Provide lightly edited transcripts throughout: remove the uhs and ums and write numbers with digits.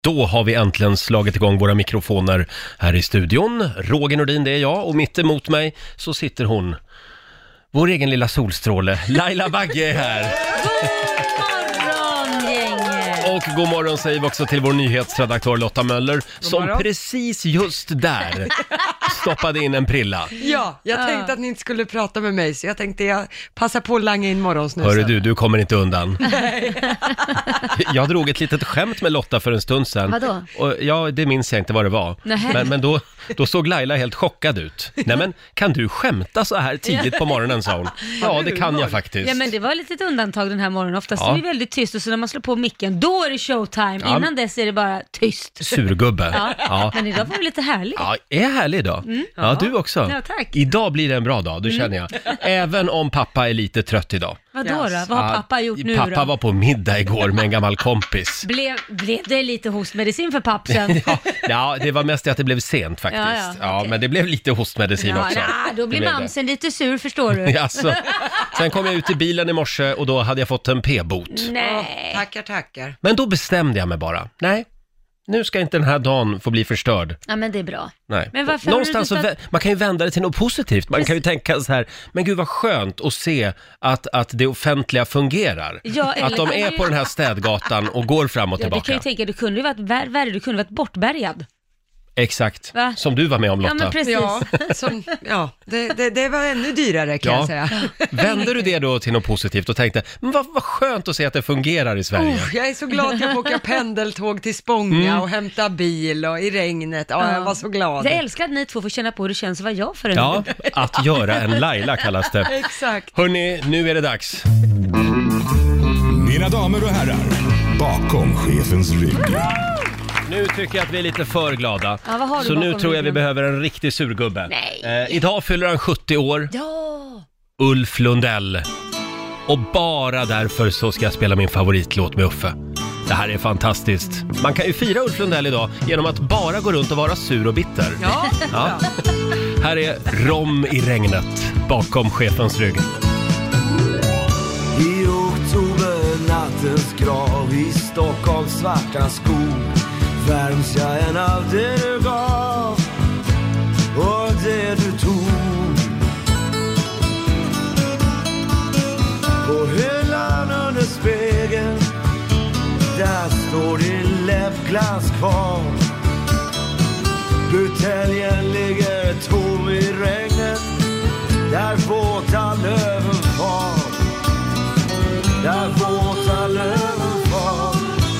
Då har vi äntligen slagit igång våra mikrofoner här i studion. Roger Nordin, det är jag, och mitt emot mig så sitter hon. Vår egen lilla solstråle, Laila Bagge är här. Och god morgon säger vi också till vår nyhetsredaktör Lotta Möller som precis just där stoppade in en prilla. Ja, jag tänkte att ni inte skulle prata med mig, så jag tänkte jag passa på att langa in morgonsnusen. Hörru du kommer inte undan. Jag drog ett litet skämt med Lotta för en stund sedan. Vadå? Och ja, det minns jag inte vad det var. Men då såg Laila helt chockad ut. Nej men, kan du skämta så här tidigt på morgonen, sa hon. Ja, det kan jag faktiskt. Ja, men det var lite ett undantag den här morgonen. Oftast är det väldigt tyst, och så när man slår på micken, då är det showtime. Ja. Innan dess är det bara tyst. Surgubbe. Ja. Men idag var det lite härligt. Ja, är härlig idag. Ja, du också. Ja, tack. Idag blir det en bra dag, det känner jag. Även om pappa är lite trött idag. Vadå då? Vad har pappa gjort nu Pappa då? var på middag igår med en gammal kompis. Blev det lite hostmedicin för pappsen? Ja, det var mest att det blev sent faktiskt. Ja, okej. men det blev lite hostmedicin också. Då blir mamsen lite sur, förstår du. Alltså. Sen kom jag ut i bilen i morse och då hade jag fått en p-bot. Nej. Tackar. Men då bestämde jag mig bara. Nej, nu ska inte den här dagen få bli förstörd. Ja, men det är bra. Nej. Men varför någonstans man kan ju vända det till något positivt. Man kan ju tänka så här, men gud vad skönt att se att det offentliga fungerar. Ja, att de är på den här städgatan och går fram och tillbaka. Du kan ju tänka, du kunde ju varit värre, du kunde varit bortbärgad. Exakt, Va? som du var med om, Lotta. Ja, men precis. Det var ännu dyrare kan jag säga. Vände du det då till något positivt och tänkte, men vad skönt att se att det fungerar i Sverige. Jag är så glad att jag får åka pendeltåg till Spånga och hämta bil och i regnet. Jag var så glad. Jag älskar att ni två får känna på hur det känns att vara jag för en. Ja, att göra en Laila kallas det. Exakt. Hörrni, nu är det dags. Mina damer och herrar, bakom chefens rygg. Nu tycker jag att vi är lite för glada. Ja, vad har du så nu bakom tror jag vi ryggen? behöver en riktig surgubbe. Nej. Idag fyller han 70 år. Ja. Ulf Lundell. Och bara därför så ska jag spela min favoritlåt med Uffe. Det här är fantastiskt. Man kan ju fira Ulf Lundell idag genom att bara gå runt och vara sur och bitter. Ja. Här är Rom i regnet bakom chefens rygg. I oktober nattens grav i Stockholms svarta skog värms jag en av det du gav och det du tog. På hyllan under spegeln där står din läppglans kvar. Buteljen ligger tom i regnet där våta löven far. Där våta löven far.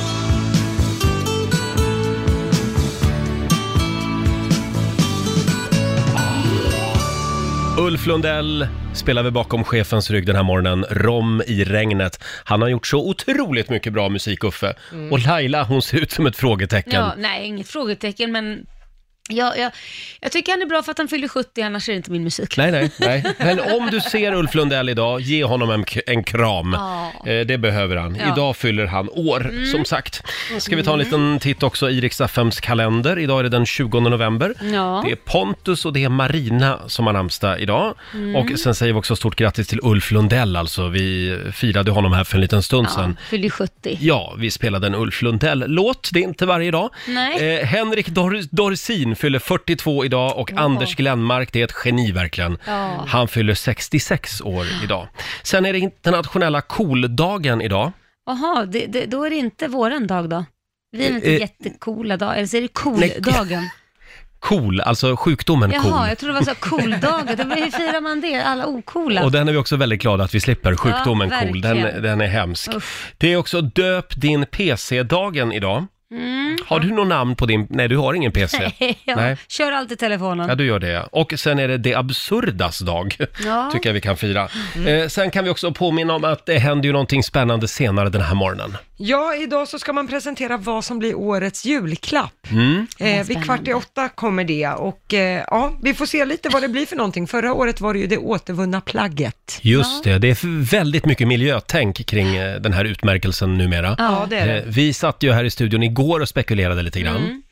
Ulf Lundell spelar vi bakom chefens rygg den här morgonen. Rom i regnet. Han har gjort så otroligt mycket bra musik, Uffe. Och Laila, hon ser ut som ett frågetecken. Ja, nej, inget frågetecken, men jag tycker han är bra för att han fyller 70, annars är det inte min musik. Nej. Men om du ser Ulf Lundell idag, ge honom en kram. Det behöver han. Ja. Idag fyller han år, som sagt. Ska vi ta en liten titt också i Rix FMs kalender. Idag är det den 20 november. Ja. Det är Pontus och det är Marina som har namnsdag idag. Och sen säger vi också stort grattis till Ulf Lundell. Alltså, vi firade honom här för en liten stund sedan. Fyller 70. Ja, vi spelade en Ulf Lundell-låt. Det är inte varje dag. Nej. Henrik Dorsin fyller 42 idag och Anders Glenmark, det är ett geni verkligen. Ja. Han fyller 66 år idag. Sen är det internationella cool-dagen idag. Jaha, då är det inte våran dag då? Vi är inte jättecoola dag, eller så är det cool-dagen? Cool, alltså sjukdomen cool. Jaha, jag tror det var så cool-dagen. Hur firar man det? Alla ocoola. Och den är vi också väldigt glada att vi slipper, sjukdomen cool. Den är hemsk. Uff. Det är också döp din PC-dagen idag. Har du någon namn på din... Nej, du har ingen PC. Nej. Kör alltid telefonen. Ja, du gör det. Och sen är det absurdas dag. Tycker jag vi kan fira. Sen kan vi också påminna om att det händer ju någonting spännande senare den här morgonen. Ja, idag så ska man presentera vad som blir årets julklapp. Vid 7:15 kommer det och vi får se lite vad det blir för någonting. Förra året var det ju det återvunna plagget. Just det är väldigt mycket miljötänk kring den här utmärkelsen numera. Ja, det är det. Vi satt ju här i studion igår och spekulerade lite grann.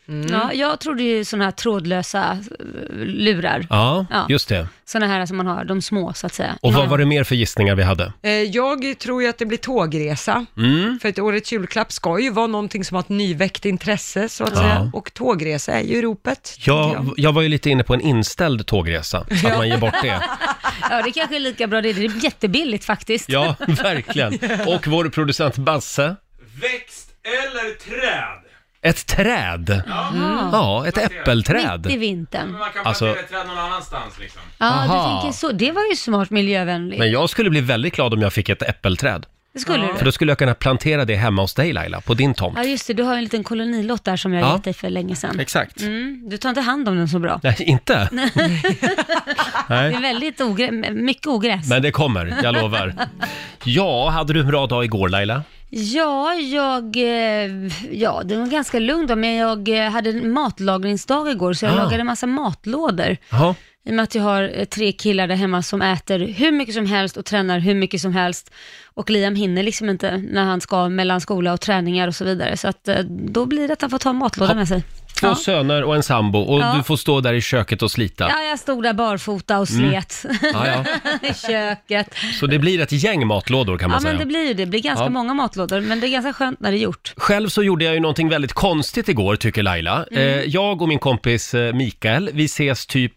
Ja, jag trodde ju sådana här trådlösa lurar. Ja, just det. Sådana här som man har, de små så att säga. Och vad var det mer för gissningar vi hade? Jag tror ju att det blir tågresa. För att årets julklapp ska ju vara någonting som har ett nyväckt intresse så att säga. Och tågresa är ju ropet. Jag var ju lite inne på en inställd tågresa, så att man ger bort det. Ja, det kanske är lika bra. Det är jättebilligt faktiskt. Ja, verkligen. Och vår producent Basse. Växt eller träd? Ett träd? Ja, ett äppelträd. Mitt i vintern. Men man kan plantera ett träd någon annanstans liksom. Ja, du tänker så. Det var ju smart, miljövänligt. Men jag skulle bli väldigt glad om jag fick ett äppelträd. Det skulle du. För då skulle jag kunna plantera det hemma hos dig, Laila, på din tomt. Ja, just det. Du har en liten kolonilott där som jag gett dig för länge sedan. Exakt. Du tar inte hand om den så bra. Nej, inte? Nej. Det är väldigt mycket ogräs. Men det kommer, jag lovar. Ja, hade du en bra dag igår, Laila? Ja, det var ganska lugnt då, men jag hade en matlagningsdag igår så jag lagade en massa matlådor. Jaha. I och med att jag har 3 killar där hemma som äter hur mycket som helst och tränar hur mycket som helst. Och Liam hinner liksom inte när han ska mellan skola och träningar och så vidare. Så att då blir det att han får ta matlåda med sig. 2 söner och en sambo och du får stå där i köket och slita. Ja, jag stod där barfota och slet i köket. Så det blir ett gäng matlådor kan man säga. Ja, men det blir ju det. Det blir ganska många matlådor, men det är ganska skönt när det är gjort. Själv så gjorde jag ju någonting väldigt konstigt igår, tycker Laila. Jag och min kompis Mikael, vi ses typ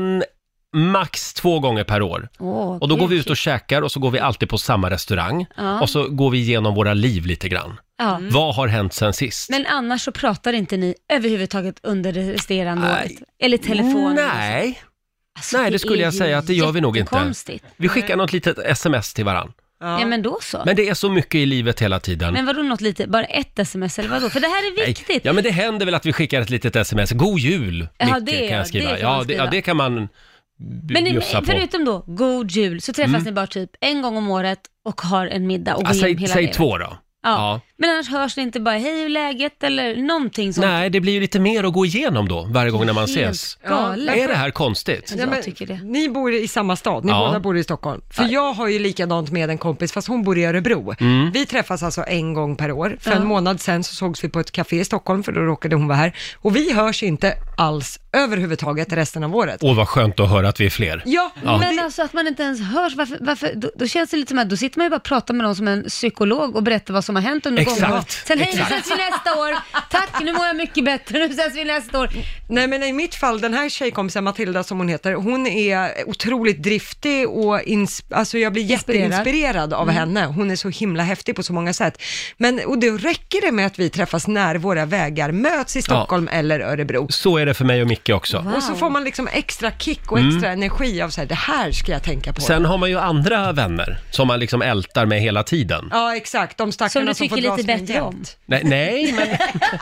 max 2 gånger per år. Och då går vi ut och käkar och så går vi alltid på samma restaurang. Och så går vi igenom våra liv lite grann. Vad har hänt sen sist? Men annars så pratar inte ni överhuvudtaget under det resterande året? Eller telefon? Nej. Alltså, nej, det skulle jag säga att det gör vi nog inte. Vi skickar något litet sms till varann. Ja, men då så. Men det är så mycket i livet hela tiden. Men vadå något litet? Bara ett sms eller vadå? För det här är viktigt. Nej. Ja, men det händer väl att vi skickar ett litet sms. God jul, Micke, kan jag skriva. Det kan man bjussa på. Förutom då, god jul, så träffas ni bara typ en gång om året och har en middag och går igenom hela säg 2 då. Ja. Men annars hörs det inte bara hej, hur läget eller någonting sånt. Nej, det blir ju lite mer att gå igenom då varje gång när man ses. Galet. Är det här konstigt? Jag tycker det. Ni bor i samma stad, ni båda bor i Stockholm. För jag har ju likadant med en kompis, fast hon bor i Örebro. Vi träffas alltså en gång per år. För en månad sen så sågs vi på ett café i Stockholm, för då råkade hon vara här. Och vi hörs inte alls överhuvudtaget resten av året. Vad skönt att höra att vi är fler. Ja. Men alltså att man inte ens hörs, varför då känns det lite som att då sitter man ju bara och pratar med någon som en psykolog och berättar vad som har hänt under gången. Sen hej, nu ses vi nästa år. Tack, nu mår jag mycket bättre, nu ses vi nästa år. Nej, men i mitt fall, den här tjejkompisen Matilda som hon heter, hon är otroligt driftig och alltså jag blir jätteinspirerad av henne. Hon är så himla häftig på så många sätt. Och då räcker det med att vi träffas när våra vägar möts i Stockholm eller Örebro. Så är det för mig och Micke också. Wow. Och så får man liksom extra kick och extra energi av så här, det här ska jag tänka på. Sen har man ju andra vänner som man liksom ältar med hela tiden. Ja, exakt. De stackarna som får dras lite bättre om. Nej, men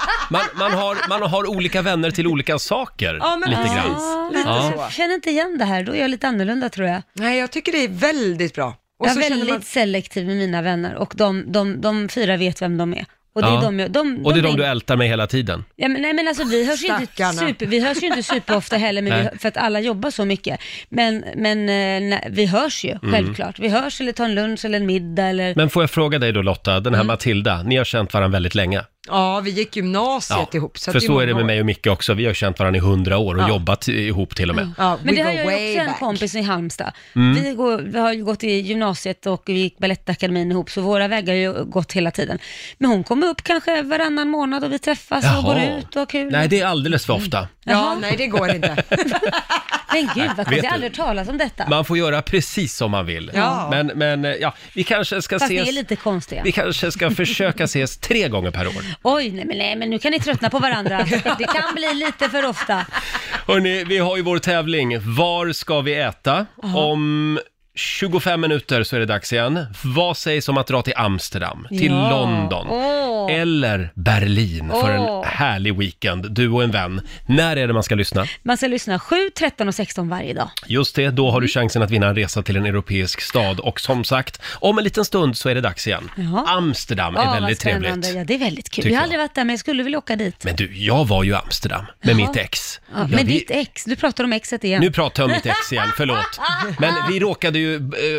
man har olika vänner till olika saker. Ja, men lite grann. Lite så. Jag känner inte igen det här, då är jag lite annorlunda tror jag. Nej, jag tycker det är väldigt bra. Och jag så är väldigt selektiv med mina vänner och de 4 vet vem de är. Och det är de du ältar med hela tiden. Ja, men, nej, men alltså vi hörs ju inte superofta heller, men för att alla jobbar så mycket. Men vi hörs ju, självklart. Vi hörs eller tar en lunch eller en middag eller... Men får jag fråga dig då Lotta, den här Matilda, ni har känt varandra väldigt länge. Ja, vi gick gymnasiet ihop. Så för så är det med mig och Micke också. Vi har känt varandra i 100 år och jobbat ihop till och med. Ja, men det har jag ju också en kompis i Halmstad. Vi har ju gått i gymnasiet och vi gick Balettakademin ihop, så våra vägar har ju gått hela tiden. Men hon kommer upp kanske varannan månad och vi träffas och går ut och har kul. Nej, det är alldeles för ofta. Ja, nej det går inte. Men gud, vad kan jag aldrig talas om detta? Man får göra precis som man vill. Ja. Men vi kanske ska ses... Fast det är lite konstiga. Vi kanske ska försöka ses 3 gånger per år. Oj, nej, men nu kan ni tröttna på varandra. Det kan bli lite för ofta. Hörrni, vi har ju vår tävling. Var ska vi äta? Om 25 minuter så är det dags igen. Vad sägs om att dra till Amsterdam, till London eller Berlin för en härlig weekend, du och en vän. När är det man ska lyssna? Man ska lyssna 7, 13 och 16 varje dag. Just det, då har du chansen att vinna en resa till en europeisk stad. Och som sagt, om en liten stund så är det dags igen. Amsterdam är väldigt trevligt. Ja, det är väldigt kul. Jag har aldrig varit där, men jag skulle vilja åka dit. Men du, jag var ju i Amsterdam med mitt ex. Men ditt ex, du pratar om exet igen. Nu pratar jag om mitt ex igen, förlåt. Men vi råkade ju ju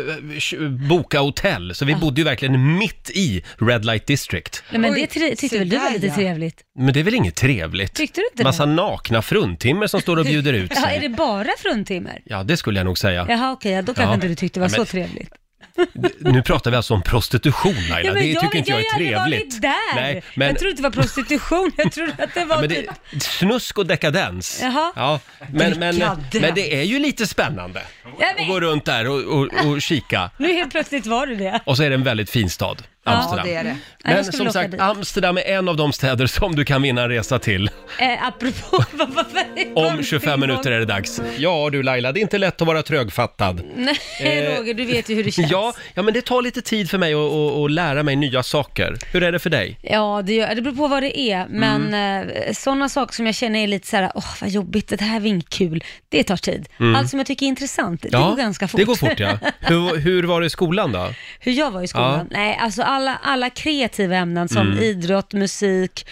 boka hotell, så vi bodde ju verkligen mitt i Red Light District. Nej, men det tyckte väl du var lite trevligt? Men det är väl inget trevligt? Tyckte du inte Massa nakna fruntimmer som står och bjuder ut sig. Ja, är det bara fruntimmer? Ja, det skulle jag nog säga. Jaha, okej, då kanske inte du tyckte det var så trevligt. Nu pratar vi alltså om prostitution, Laila. Ja, det tycker inte jag är trevligt. Nej, men... Jag trodde det var prostitution. Jag trodde att det var snusk och dekadens. Jaha. Ja, men det är ju lite spännande att gå runt där och kika. Nu helt plötsligt var det. Och så är det en väldigt fin stad, Amsterdam. Ja, det är det. Men som sagt, Amsterdam är en av de städer som du kan vinna en resa till. Apropå, om 25 minuter är det dags. Ja du Laila, det är inte lätt att vara trögfattad. Nej, Roger, du vet ju hur det känns. Ja, men det tar lite tid för mig att lära mig nya saker. Hur är det för dig? Ja, det beror på vad det är. Men sådana saker som jag känner är lite så här, vad jobbigt, det här är inte kul. Det tar tid. Allt som jag tycker är intressant, det går ganska fort. Det går fort, ja. Hur var det i skolan då? Hur jag var i skolan? Ja. Nej, alltså alla kreativa ämnen som idrott, musik,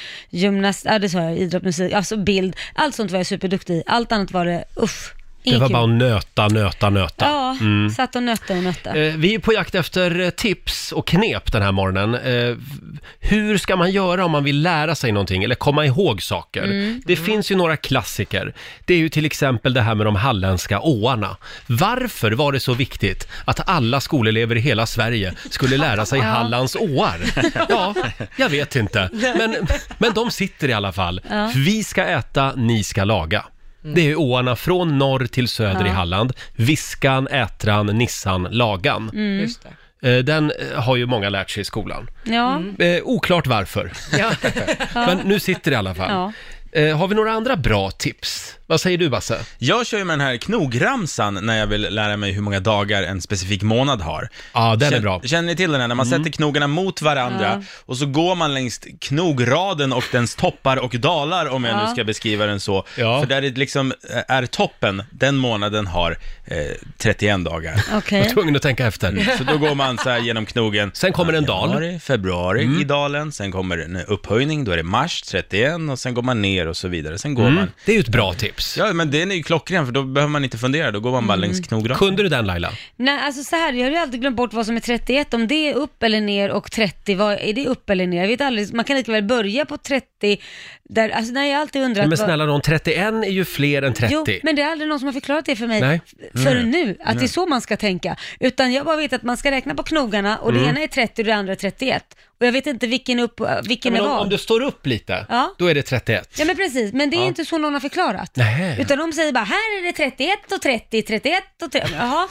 idrott, musik, alltså bild, allt sånt var jag superduktig i. Allt annat var det, det var bara att nöta. Ja, satt och nöta. Vi är på jakt efter tips och knep den här morgonen. Hur ska man göra om man vill lära sig någonting eller komma ihåg saker? Det finns ju några klassiker. Det är ju till exempel det här med de halländska åarna. Varför var det så viktigt att alla skolelever i hela Sverige skulle lära sig Hallands åar? Ja, jag vet inte. Men de sitter i alla fall. Vi ska äta, ni ska laga. Det är åarna från norr till söder i Halland. Viskan, Ätran, Nissan, Lagan. Just det. Den har ju många lärt sig i skolan. Ja. Oklart varför. Men nu sitter det i alla fall. Ja. Har vi några andra bra tips? Vad säger du, Basse? Jag kör ju med den här knogramsan när jag vill lära mig hur många dagar en specifik månad har. Ja, den är bra. Känner ni till den här? När man sätter knogarna mot varandra och så går man längs knograden och dens toppar och dalar, om jag nu ska beskriva den så. Ja. För där det liksom är toppen, den månaden har 31 dagar. Okay. Jag var tvungen att tänka efter. Så då går man så här genom knogen. Sen kommer en dal. Januari, februari i dalen. Sen kommer en upphöjning, då är det mars 31 och sen går man ner och så vidare. Sen går man. Det är ju ett bra tips. Ja, men det är ju klockren, för då behöver man inte fundera. Då går man bara längs knograden. Kunde du den, Laila? Nej, alltså så här, jag har ju alltid glömt bort vad som är 31. Om det är upp eller ner och 30, vad är det upp eller ner? Jag vet aldrig, man kan lika väl börja på 30. Där, alltså, nej, jag har alltid undrat. Men snälla någon, 31 är ju fler än 30. Jo, men det är aldrig någon som har förklarat det för mig förrän nu, att det är så man ska tänka. Utan jag bara vet att man ska räkna på knogarna och det ena är 30 och det andra är 31. Och jag vet inte vilken är vad. Om du står upp lite, då är det 31. Ja, men precis. Men det är inte så någon har förklarat. Nej. Utan de säger bara, här är det 31 och 30, 31 och 30. Jaha.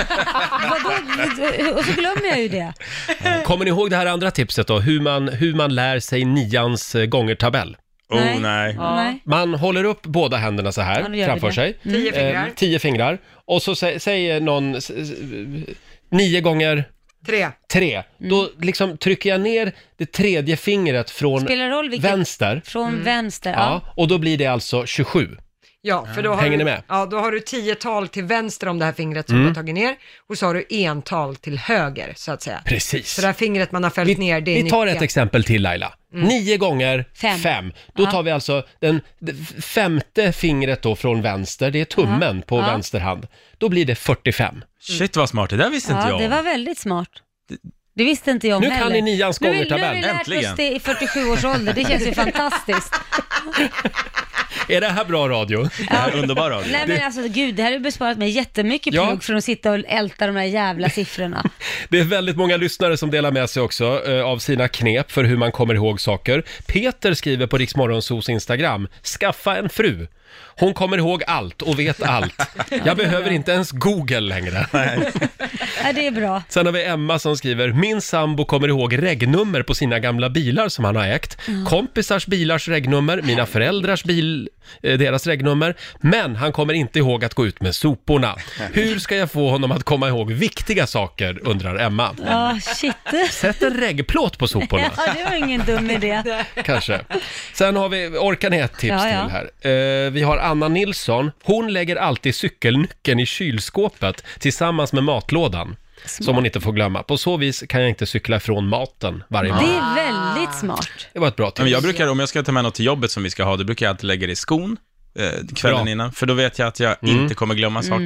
Och så glömmer jag ju det. Kommer ni ihåg det här andra tipset då? Hur man lär sig 9:ans gångertabell? Nej. Man håller upp båda händerna så här framför sig. 10 fingrar. 10 fingrar. Och så säger någon 9 gånger 3. Då liksom trycker jag ner det tredje fingret från vänster. Från vänster, ja. Och då blir det alltså 27. Ja, för då Hänger ni med? Ja, då har du 10-tal till vänster om det här fingret som du har tagit ner. Och så har du 1-tal till höger, så att säga. Precis. Så det här fingret man har följt ner, det är Vi tar nyckeln. ett exempel till, Laila. 9 gånger 5. Då tar vi alltså det femte fingret då från vänster. Det är tummen på vänster hand. Då blir det 45. Shit, vad smart. Det där visste inte jag. Ja, det var väldigt smart. Det visste inte jag om nu heller. Nu kan ni 9:ans gångertabell. Nu har vi lärt oss det i 47 års ålder. Det känns ju fantastiskt. Är det här bra radio? Det här är underbar radio. Nej, men alltså gud, det här har besparat mig jättemycket plugg från att sitta och älta de här jävla siffrorna. Det är väldigt många lyssnare som delar med sig också av sina knep för hur man kommer ihåg saker. Peter skriver på Rix Morgonzos Instagram: skaffa en fru. Hon kommer ihåg allt och vet allt. Jag behöver inte ens Google längre. Ja, det är bra. Sen har vi Emma som skriver: min sambo kommer ihåg regnummer på sina gamla bilar som han har ägt. Kompisars bilars regnummer, mina föräldrars deras regnummer. Men han kommer inte ihåg att gå ut med soporna. Hur ska jag få honom att komma ihåg viktiga saker, undrar Emma. Ja, shit. Sätt en reggplåt på soporna. Ja, det var ingen dum idé. Kanske. Sen har vi, orkar ni ett tips till här? Vi har Anna Nilsson. Hon lägger alltid cykelnyckeln i kylskåpet tillsammans med matlådan. Smart. Som hon inte får glömma. På så vis kan jag inte cykla ifrån maten varje dag. Det är väldigt smart. Det var ett bra tips. Men jag brukar, om jag ska ta med något till jobbet som vi ska ha, då brukar jag alltid lägga det i skon kvällen innan. För då vet jag att jag inte kommer glömma saken.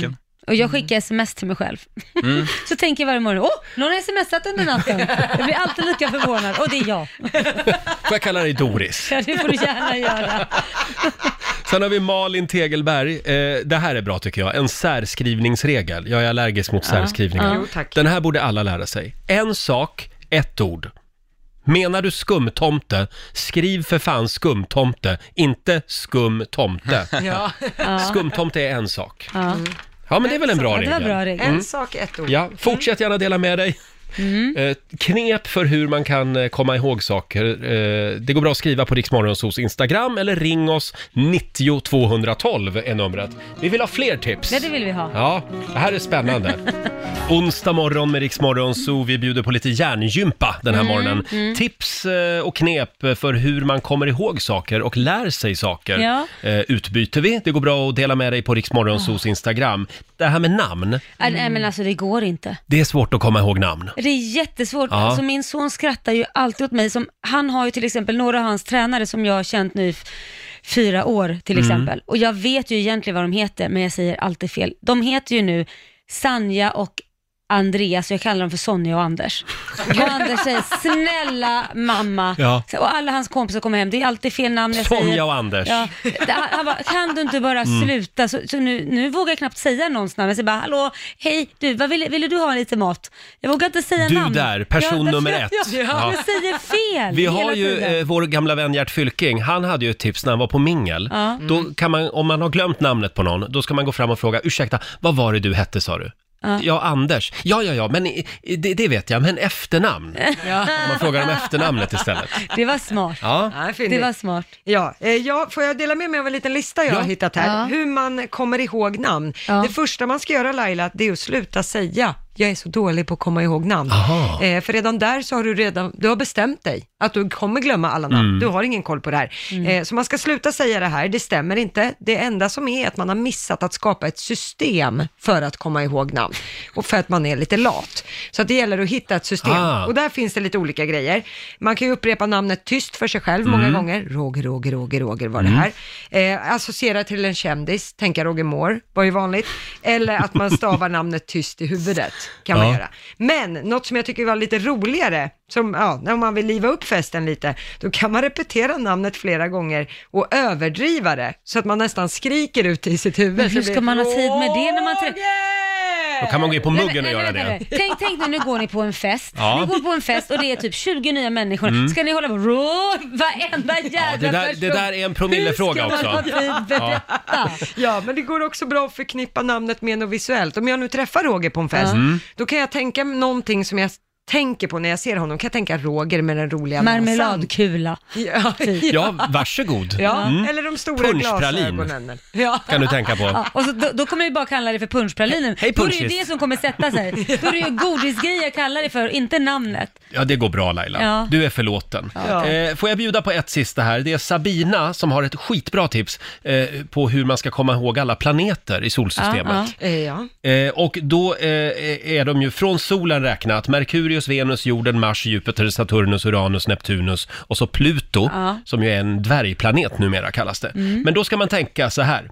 Och jag skickar sms till mig själv. Så tänker jag varje morgon, någon har smsat under natten. Jag blir alltid lika förvånad. Och det är jag. Får jag kalla dig Doris? Ja, det får du gärna göra. Sen har vi Malin Tegelberg. Det här är bra tycker jag. En särskrivningsregel. Jag är allergisk mot särskrivningar. Jo, tack. Den här borde alla lära sig. En sak, ett ord. Menar du skumtomte, skriv för fan skumtomte, inte skumtomte. Skumtomte är en sak. Ja, men det är väl en bra regel. Det var bra regel. En sak, ett ord. Ja, fortsätt gärna dela med dig. Knep för hur man kan komma ihåg saker. Det går bra att skriva på Rix Morgonzos Instagram eller ring oss 90 212 är numret. Vi vill ha fler tips. Ja, det vill vi ha. Ja, det här är spännande. Onsdag morgon med Rix Morgonzo. Vi bjuder på lite hjärngympa den här morgonen. Tips och knep för hur man kommer ihåg saker och lär sig saker. Utbyter vi. Det går bra att dela med dig på Rix Morgonzos Instagram. Det här med namn. Nej, men alltså det går inte. Det är svårt att komma ihåg namn. Det är jättesvårt. Alltså, min son skrattar ju alltid åt mig. Han har ju till exempel några av hans tränare som jag har känt nu 4 år till exempel. Och jag vet ju egentligen vad de heter, men jag säger alltid fel. De heter ju nu Sanja och Andreas, jag kallar dem för Sonja och Anders. Och Anders säger snälla mamma. Och alla hans kompisar kommer hem, det är alltid fel namn jag Sonja säger. och Anders. Han bara, kan du inte bara sluta? Så nu vågar jag knappt säga någons namn. Jag säger bara, hallå, hej du, vad vill du ha lite mat? Jag vågar inte säga namn. Du där, person nummer 1. Jag säger fel. Vi har ju vår gamla vän Gert Fylking. Han hade ju ett tips när han var på mingel. Då kan man, om man har glömt namnet på någon, då ska man gå fram och fråga, ursäkta, vad var det du hette sa du? Ja, Anders. Ja, men det vet jag, men efternamn. Man frågar om efternamnet istället. Det var smart. Det var smart. Får jag dela med mig av en liten lista jag har hittat här? Hur man kommer ihåg namn. Det första man ska göra, Laila, det är att sluta säga jag är så dålig på att komma ihåg namn. För redan där så har du har bestämt dig att du kommer glömma alla namn. Du har ingen koll på det här. Så man ska sluta säga det här, det stämmer inte. Det enda som är att man har missat att skapa ett system för att komma ihåg namn. Och för att man är lite lat. Så att det gäller att hitta ett system. Och där finns det lite olika grejer. Man kan ju upprepa namnet tyst för sig själv många gånger. Roger var det här. Associera till en kändis, tänka Roger Moore, var ju vanligt. Eller att man stavar namnet tyst i huvudet. Kan man göra. Men något som jag tycker var lite roligare, som när man vill liva upp festen lite, då kan man repetera namnet flera gånger och överdriva det så att man nästan skriker ut i sitt huvud. Men hur ska man ha tid med det när man Då kan man gå in på muggen och göra det. Tänk nu går ni på en fest. Ni går på en fest och det är typ 20 nya människor. Ska ni hålla på varenda jävla person? Det där är en promillefråga också. Men det går också bra att förknippa namnet med något visuellt. Om jag nu träffar Roger på en fest, då kan jag tänka någonting som jag tänker på när jag ser honom. Kan jag tänka Roger med den roliga marmeladkula. Ja, varsågod. Eller de stora glasögonen. Kan du tänka på. Och så, då kommer vi bara kalla det för punschpralinen. Hej, då är det ju det som kommer sätta sig. Då är det ju godisgrejer jag kallar det för, inte namnet. Ja, det går bra Laila. Du är förlåten. Får jag bjuda på ett sista här? Det är Sabina som har ett skitbra tips på hur man ska komma ihåg alla planeter i solsystemet. Och då är de ju från solen räknat. Merkurius, Venus, jorden, Mars, Jupiter, Saturnus, Uranus, Neptunus och så Pluto, som ju är en dvärgplanet numera kallas det. Men då ska man tänka så här.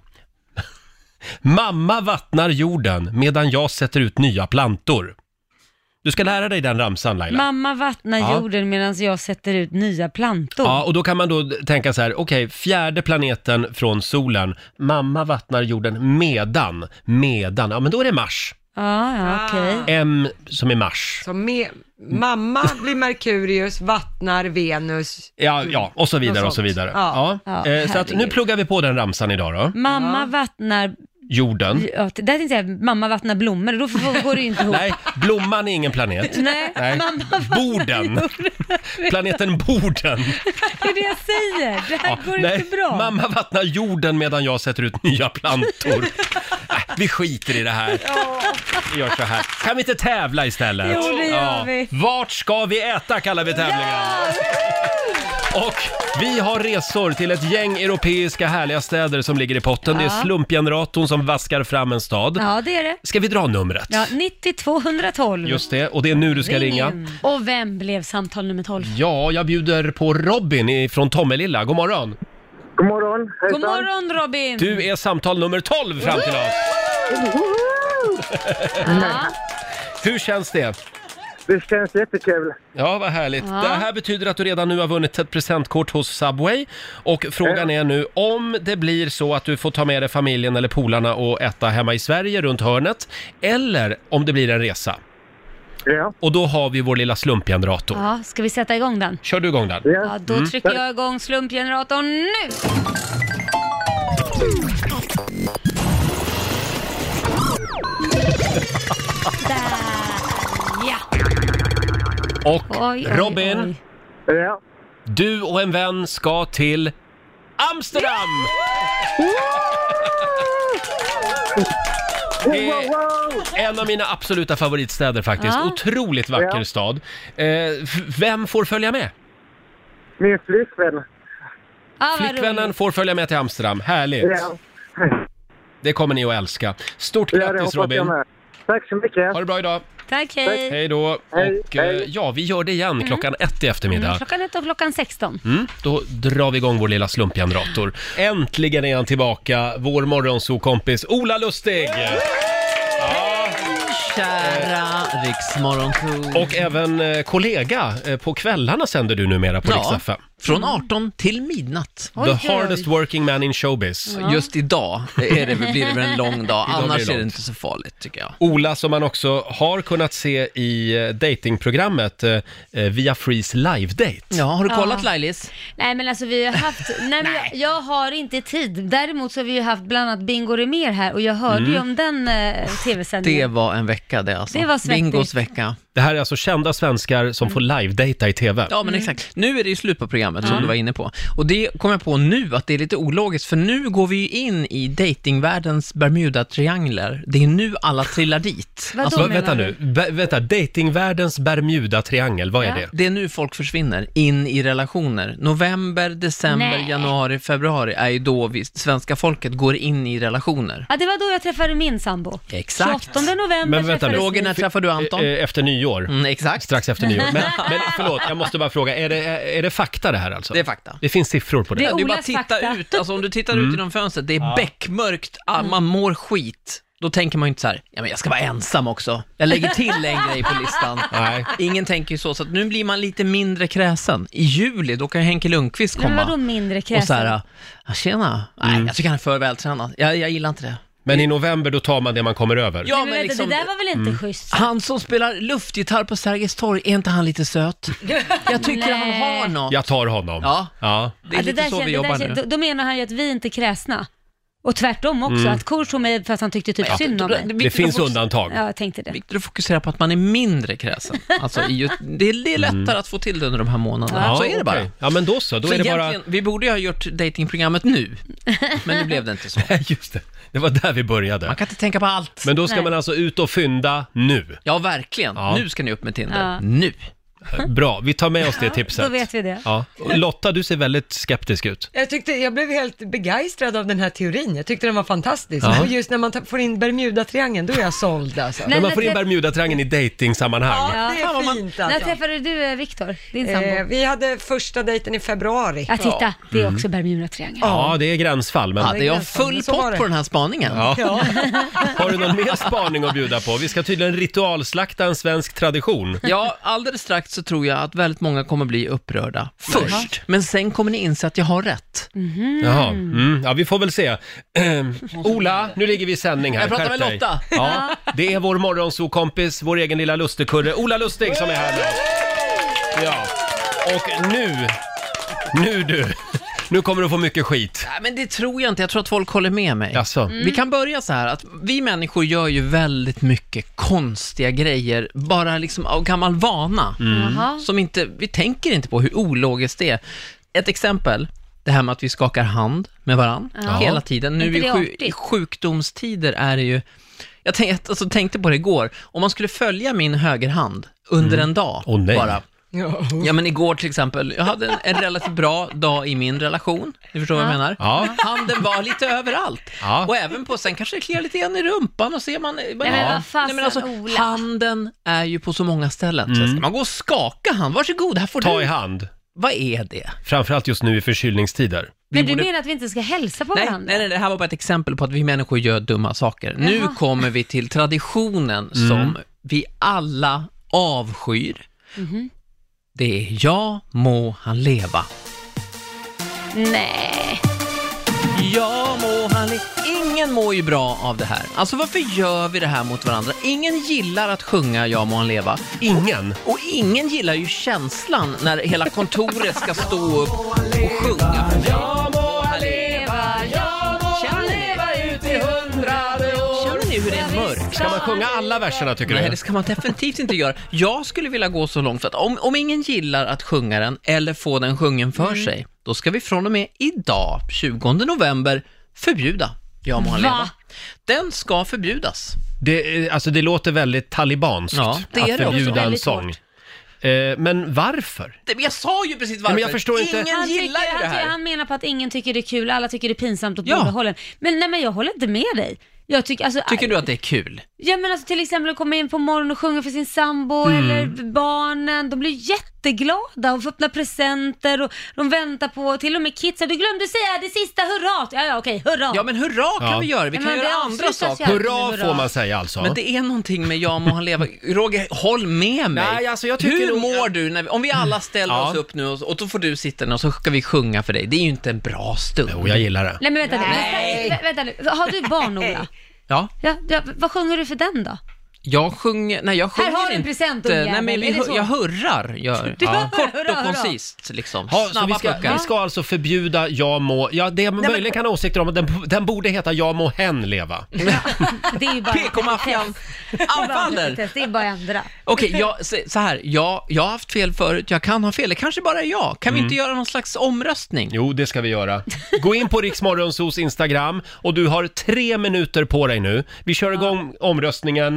Mamma vattnar jorden medan jag sätter ut nya plantor. Du ska lära dig den ramsan, Laila. Mamma vattnar jorden medan jag sätter ut nya plantor. Ja, och då kan man då tänka så här, okej, 4:e planeten från solen. Mamma vattnar jorden medan. Ja, men då är det Mars. Okej. M som är Mars. Så mamma blir Merkurius, vattnar Venus. Ja, och så vidare och så vidare. Så att nu pluggar vi på den ramsan idag då. Mamma vattnar jorden. Ja, där tänkte jag, mamma vattnar blommor, då går det ju inte ihop. Nej, blomman är ingen planet. Nej. Borden. Planeten Borden. Det är det jag säger. Det här går inte bra. Mamma vattnar jorden medan jag sätter ut nya plantor. Vi skiter i det här. Vi gör så här. Kan vi inte tävla istället? Jo, det gör vi. Vart ska vi äta kallar vi tävlingen. Och vi har resor till ett gäng europeiska härliga städer som ligger i potten. Det är slumpgeneratorn som vaskar fram en stad. Ja, det är det. Ska vi dra numret? Ja, 90 212. Just det, och det är nu du ska ringa. Och vem blev samtal nummer 12? Ja, jag bjuder på Robin från Tommelilla. God morgon. God morgon. God morgon Robin. Du är samtal nummer 12 fram till oss. Hur känns det? Det känns jättekul. Ja, vad härligt. Det här betyder att du redan nu har vunnit ett presentkort hos Subway. Och frågan är nu, om det blir så att du får ta med dig familjen eller polarna och äta hemma i Sverige runt hörnet, eller om det blir en resa. Ja. Och då har vi vår lilla slumpgenerator. Ja, ska vi sätta igång den? Kör du igång den? Ja, då trycker jag igång slumpgeneratorn nu! Där, ja! Och Robin, Ja. du och en vän ska till Amsterdam! Det är en av mina absoluta favoritstäder faktiskt. Ja. Otroligt vacker stad. Vem får följa med? Min flickvän. Flickvännen får följa med till Amsterdam. Härligt. Ja. Det kommer ni att älska. Stort grattis Robin. Tack så mycket. Ha det bra idag. Tack, hej! Hej då. Och ja, vi gör det igen klockan 1 i eftermiddag. Klockan 1 och klockan 16. Då drar vi igång vår lilla slumpgenerator. Äntligen är han tillbaka, vår morgonsokompis Ola Lustig. Kära Riksmorgon. Och även kollega på kvällarna sänder du numera på Rix FM. Från 18 till midnatt. The hardest working man in showbiz. Just idag blir det väl en lång dag. Annars är det inte så farligt tycker jag. Ola som man också har kunnat se i datingprogrammet via Freeze Live Date. Ja, har du kollat Lailis? Nej men alltså vi har haft, jag har inte tid. Däremot så har vi ju haft bland annat Bingo Rimér här och jag hörde ju om den tv-sändningen. Det var en vecka det alltså. Det var svettigt. Bingos vecka. Det här är alltså kända svenskar som får live-data i tv. Ja men exakt. Nu är det ju slut på programmet som du var inne på. Och det kom jag på nu att det är lite ologiskt för nu går vi ju in i datingvärldens Bermuda-triangler. Det är nu alla trillar dit. Alltså, vänta nu, vänta, datingvärldens Bermuda-triangel, vad är det? Det är nu folk försvinner in i relationer. November, december, januari, februari är ju då svenska folket går in i relationer. Ja, det var då jag träffade min sambo. Exakt. 28 november. Men vänta nu. Roger, när träffade du Anton? Efter nyår. Exakt. Strax efter nyår. Men förlåt, jag måste bara fråga, är det fakta det här alltså? Det är fakta. Det finns siffror på det. Det är Du bara Olas titta fakta. ut, alltså om du tittar ut genom fönstret, det är bäckmörkt, man mår skit. Då tänker man ju inte så här, ja men jag ska vara ensam också. Jag lägger till en grej på listan. Nej. Ingen tänker ju så att nu blir man lite mindre kräsen. I juli, då kan Henke Lundqvist komma. Men vadå mindre kräsen? Och så här, tjena. Nej, jag tycker han är för vältränad. Jag gillar inte det. Men i november då tar man det man kommer över. Ja, Nej, men liksom, det där var väl inte schysst? Han som spelar luftgitarr på Sergels torg, är inte han lite söt? Jag tycker han har något. Jag tar honom. Ja. Det är lite så vi jobbar nu. Då menar han ju att vi inte är kräsna. Och tvärtom också, att Kors tog mig fast han tyckte typ synd om mig. Det finns undantag. Ja, jag tänkte det. Viktigt att fokusera på att man är mindre kräsen. Alltså, det är lättare att få till det under de här månaderna. Ja, så är det bara. Ja, men då så. Då är det bara... Vi borde ju ha gjort datingprogrammet nu, men nu blev det inte så. Just det. Det var där vi började. Man kan inte tänka på allt. Men då ska man alltså ut och fynda nu. Ja, verkligen. Ja. Nu ska ni upp med Tinder. Ja. Nu. Bra, vi tar med oss det tipset. Då vet vi det. Ja. Lotta, du ser väldigt skeptisk ut. Jag blev helt begeistrad av den här teorin. Jag tyckte den var fantastisk. Ja. Och just när man får in Bermuda-triangeln, då är jag såld alltså. När man får in Bermuda-triangeln i dating-sammanhang. Ja, det är fint alltså. När träffade du Viktor, din sambo? Vi hade första dejten i februari. Ja, titta. Det är också Bermuda-triangeln. Ja, det är gränsfall. Men... Ja, det är full pott på den här spaningen. Ja. Har du någon mer spaning att bjuda på? Vi ska tydligen ritualslakta en svensk tradition. Ja, alldeles strax så tror jag att väldigt många kommer bli upprörda först. Men sen kommer ni inse att jag har rätt. Jaha, ja vi får väl se. Ola, nu ligger vi i sändning här. Jag pratar med Skärp dig. Lotta. Ja, det är vår morgonsokompis, vår egen lilla lustigkurre, Ola Lustig som är här nu. Ja, och nu kommer du få mycket skit. Nej, men det tror jag inte. Jag tror att folk håller med mig. Jaså? Vi kan börja så här att vi människor gör ju väldigt mycket konstiga grejer bara liksom av gammal vana. Som inte, vi tänker inte på hur ologiskt det är. Ett exempel, det här med att vi skakar hand med varann hela tiden. Nu i sjukdomstider är det ju... Jag tänkte på det igår. Om man skulle följa min högerhand under en dag bara... Ja, men igår till exempel, jag hade en relativt bra dag i min relation. Ni förstår vad jag menar? Ja. Handen var lite överallt. Ja. Och även på, sen kanske det kliar lite grann i rumpan och ser man... Ola. Handen är ju på så många ställen. Så ska man gå och skaka hand, varsågod, här får Ta du. i hand. Vad är det? Framförallt just nu i förkylningstider. Men du menar att vi inte ska hälsa på varandra? Nej, det här var bara ett exempel på att vi människor gör dumma saker. Jaha. Nu kommer vi till traditionen som vi alla avskyr. Det är ja må han leva. Nej. Ja må han leva. Ingen mår ju bra av det här. Alltså varför gör vi det här mot varandra? Ingen gillar att sjunga ja må han leva. Ingen. Och ingen gillar ju känslan när hela kontoret ska stå upp och sjunga. Ja må han leva, ja må han leva ut i 100 år. Känner ni hur det är mörkt? Ska man sjunga alla verserna tycker du? Nej, det ska man definitivt inte göra. Jag skulle vilja gå så långt för att om ingen gillar att sjunga den eller få den sjungen för sig, då ska vi från och med idag, 20 november, förbjuda ja må han leva. Den ska förbjudas. Det låter väldigt talibanskt att förbjuda en sång. Men varför? Jag sa ju precis varför. Men jag förstår inte. Ingen gillar ju det här. Han menar på att ingen tycker det är kul, alla tycker det är pinsamt åt båda hållen. Men jag håller inte med dig. Tycker du att det är kul? Ja, men alltså till exempel att komma in på morgonen och sjunga för sin sambo eller barnen, de blir jätteglada och får öppna presenter och de väntar på, till och med kids, du glömde säga det sista hurra. Ja, okej, hurra. Ja, men hurra kan vi göra, vi kan göra andra saker. Hurra får man säga alltså. Men det är någonting med ja må han leva. Roger, håll med mig. Nej, alltså jag tycker hur mår du om vi alla ställer oss upp nu och då får du sitta ner och så ska vi sjunga för dig. Det är ju inte en bra stund. Jo, jag gillar det. Nej, men vänta nu. Har du barn, Ola? Ja. Vad sjunger du för den då? Jag sjunger här har du en present, inte. Nej, men jag hurrar. Kort och koncist liksom. Så vi ska alltså förbjuda jag må. Ja, det möjligen kan åsikter om att den borde heta jag må hen leva. Det är ju bara PK-maffian anfaller. Det är bara ändra. Okej, så här. Jag har haft fel förut. Jag kan ha fel. Det kanske bara är jag. Kan vi inte göra någon slags omröstning? Jo, det ska vi göra. Gå in på Rix Morgonzos Instagram och du har 3 minuter på dig nu. Vi kör igång omröstningen.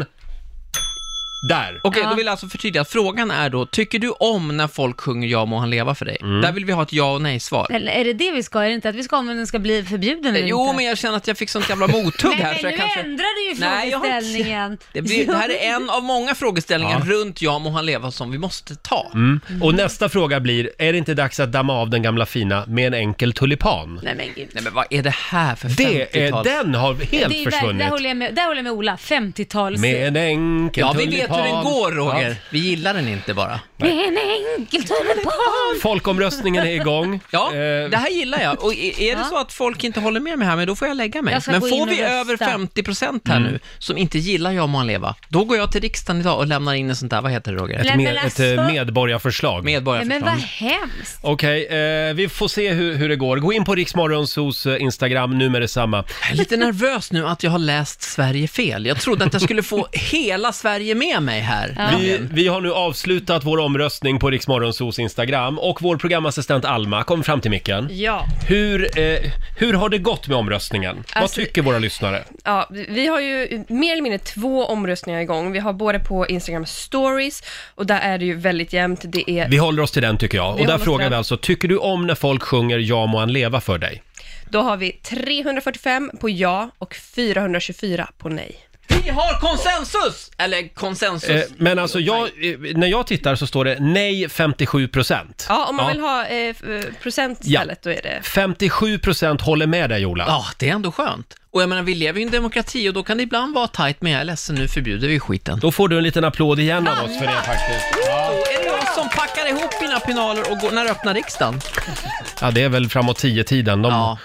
Där. Okej, då vill jag alltså förtydliga. Frågan är då, tycker du om när folk sjunger ja må han leva för dig? Där vill vi ha ett ja och nej svar. Eller är det vi ska? Är det inte att vi ska om den ska bli förbjuden eller Jo, inte? men jag känner att jag fick sånt jävla mothugg här. Nej, men nu ändrar du ju frågeställningen. Det här är en av många frågeställningar runt ja må han leva som vi måste ta. Och nästa fråga blir, är det inte dags att damma av den gamla fina med en enkel tulipan? Nej, men vad är det här för 50-tal? Den har helt försvunnit. Där håller jag med Ola, 50-tals. Med en enkel tulipan. Vi vet hur den går, Roger. Ja. Vi gillar den inte bara. Med en enkel tulipan. Folkomröstningen är igång. Ja, det här gillar jag. Och är det så att folk inte håller med mig här, men då får jag lägga mig. Men får vi över 50% här nu som inte gillar jag må han leva, då går jag till riksdagen idag och lämnar in en sånt där, vad heter det, Roger? Ett medborgarförslag. Men vad hemskt. Okej, vi får se hur det går. Gå in på Rix Morgonzos Instagram nu med detsamma. Jag är lite nervös nu att jag har läst Sverige fel. Jag trodde att jag skulle få hela Sverige med mig här. Ja. Vi har nu avslutat vår omröstning på Rix Morgonzos Instagram och vår programassistent Alma kom fram till micken. Ja. Hur har det gått med omröstningen? Vad tycker våra lyssnare? Ja, vi har ju mer eller mindre 2 omröstningar igång. Vi har både på Instagram Stories och där är det ju väldigt jämnt. Vi håller oss till den tycker jag. Och där frågar vi alltså, tycker du om när folk sjunger ja må han leva för dig? Då har vi 345 på ja och 424 på nej. Vi har konsensus! Eller konsensus. Men alltså, när jag tittar så står det nej 57%. Ja, om man vill ha procent istället, då är det... 57% håller med dig, Ola. Ja, det är ändå skönt. Och jag menar, vi lever i en demokrati och då kan det ibland vara tajt, men jag är ledsen, nu förbjuder vi skiten. Då får du en liten applåd igen av oss för det faktiskt. Ja. Är det någon som packar ihop mina pinaler och går när öppnar riksdagen? Ja, det är väl framåt 10-tiden. De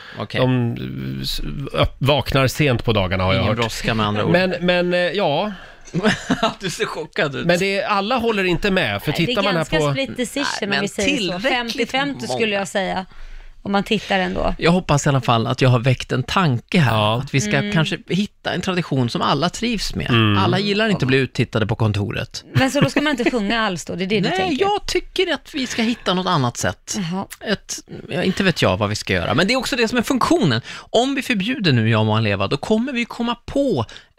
vaknar sent på dagarna, har jag hört. Ingen brådska med andra ord. Men ja... Du ser chockad ut. Men alla håller inte med, för tittar man här på... Det är ganska split decision om vi säger så. 50-50 skulle jag säga. Om man tittar ändå. Jag hoppas i alla fall att jag har väckt en tanke här. Att vi ska kanske hitta en tradition som alla trivs med. Alla gillar inte att bli uttittade på kontoret. Men så då ska man inte sjunga alls då? Det är det du tänker? Nej, jag tycker att vi ska hitta något annat sätt. Inte vet jag vad vi ska göra. Men det är också det som är funktionen. Om vi förbjuder nu jag må han leva, då kommer vi komma på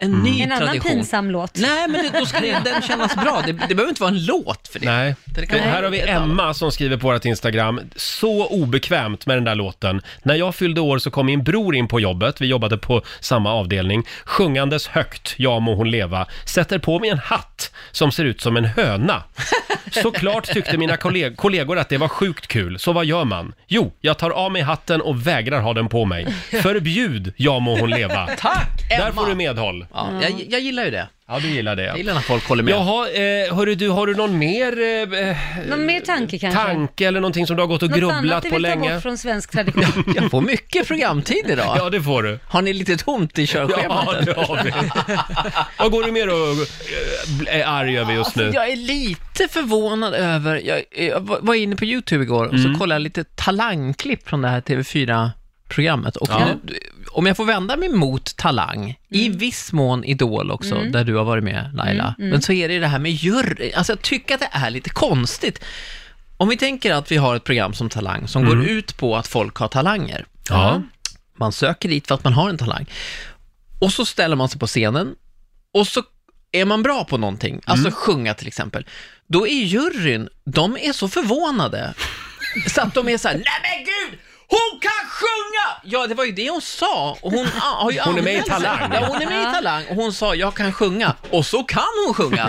En ny En annan tradition. pinsam låt. Nej, men då ska den kännas bra. Det behöver inte vara en låt för det. Nej. kan Här har vi Emma som skriver på vårt Instagram. Så obekvämt med den där låten. När jag fyllde år så kom min bror in på jobbet. Vi jobbade på samma avdelning. Sjungandes högt, ja må hon leva. Sätter på mig en hatt som ser ut som en höna. Såklart tyckte mina kollegor att det var sjukt kul. Så vad gör man? Jo, jag tar av mig hatten och vägrar ha den på mig. Förbjud, ja må hon leva. Tack, Emma! Där får du medhåll. Ja, jag gillar ju det. Ja, du gillar det. Jag gillar när folk håller med. Jaha, hörru, har du någon mer... Någon mer tanke kanske? Tanke eller någonting som du har gått och grubblat på länge? Något annat du vill ta bort från svensk tradition? Jag får mycket programtid idag. Ja, det får du. Har ni lite tomt i körschemat? Ja, det har vi. Vad går du mer och är arg över just nu? Jag är lite förvånad över... Jag var inne på YouTube igår och så kollade jag lite talangklipp från det här TV4-programmet. Och om jag får vända mig mot Talang, i viss mån Idol också, där du har varit med, Laila. Men så är det här med jury. Alltså jag tycker att det är lite konstigt. Om vi tänker att vi har ett program som Talang som går ut på att folk har talanger. Ja. Man söker dit för att man har en talang. Och så ställer man sig på scenen och så är man bra på någonting, alltså sjunga till exempel. Då är juryn, de är så förvånade så att de är så här: nej men gud! Hon kan sjunga! Ja, det var ju det hon sa. Och hon har ju hon är med i Talang. Ja, hon är med i Talang. Och hon sa, jag kan sjunga. Och så kan hon sjunga.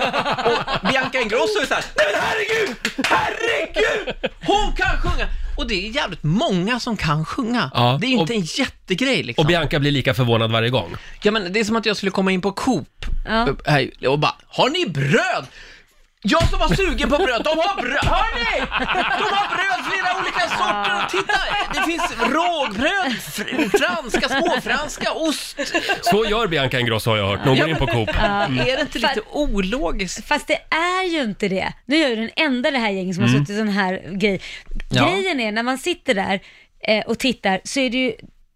Och Bianca Ingrosso är så här: nej men herregud! Hon kan sjunga! Och det är jävligt många som kan sjunga. Ja, det är inte en jättegrej liksom. Och Bianca blir lika förvånad varje gång. Ja, men det är som att jag skulle komma in på Coop och bara, har ni bröd? Jag som var sugen på bröd, de har bröd, hör ni? De har bröd, flera olika sorter. Titta, det finns rågbröd, franska, småfranska, ost. Så gör Bianca Ingrosso, har jag hört. Någon går in på Coop. Är det inte lite ologiskt? Fast det är ju inte det. Nu är jag ju den enda det här gänget som har suttit i sån här grej. Grejen är, när man sitter där och tittar, så är det ju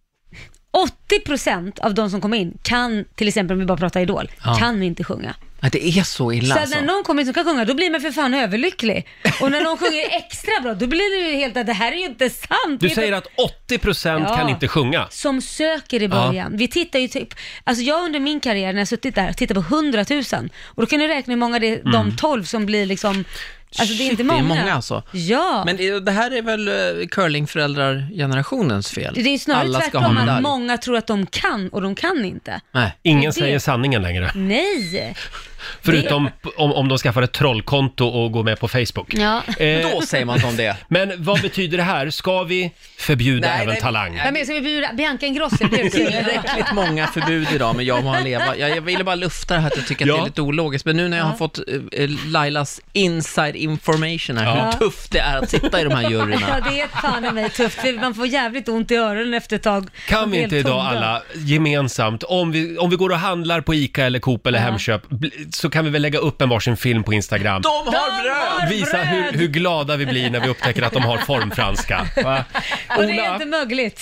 80% av de som kommer in kan, till exempel om vi bara pratar Idol, kan inte sjunga. Ja, det är så illa. Så alltså. när någon kommer in som kan sjunga, då blir man för fan överlycklig. Och när någon sjunger extra bra, då blir det ju helt att det här är ju inte sant. Du säger att 80% kan inte sjunga. Som söker i början. Vi tittar ju typ, alltså jag under min karriär när jag suttit där, tittar på 100 000. Och då kan du räkna hur många det är, de 12 som blir liksom... Alltså det är inte många. Det är många alltså. Ja. Men det här är väl curlingföräldrar-generationens fel. Det är snarare tvärtom att många tror att de kan och de kan inte. Nej. Ingen säger sanningen längre. Nej. Förutom om de skaffar ett trollkonto och går med på Facebook. Ja. Då säger man som det. Men vad betyder det här? Ska vi förbjuda även Talang? Jag menar, ska vi förbjuda Bianca Ingrosso? Det är tillräckligt många förbud idag, men jag må leva. Jag ville bara lufta det här att jag tycker att det är lite ologiskt. Men nu när jag har fått Lailas inside information här, hur tufft det är att sitta i de här juryerna. Ja, det är fan i mig tufft. Man får jävligt ont i öronen efter ett tag. Kan vi inte idag alla gemensamt, om vi går och handlar på Ica eller Coop eller Hemköp, så kan vi väl lägga upp en varsin film på Instagram. De har bröd! Visa hur glada vi blir när vi upptäcker att de har formfranska. Va? Och det är inte mögligt.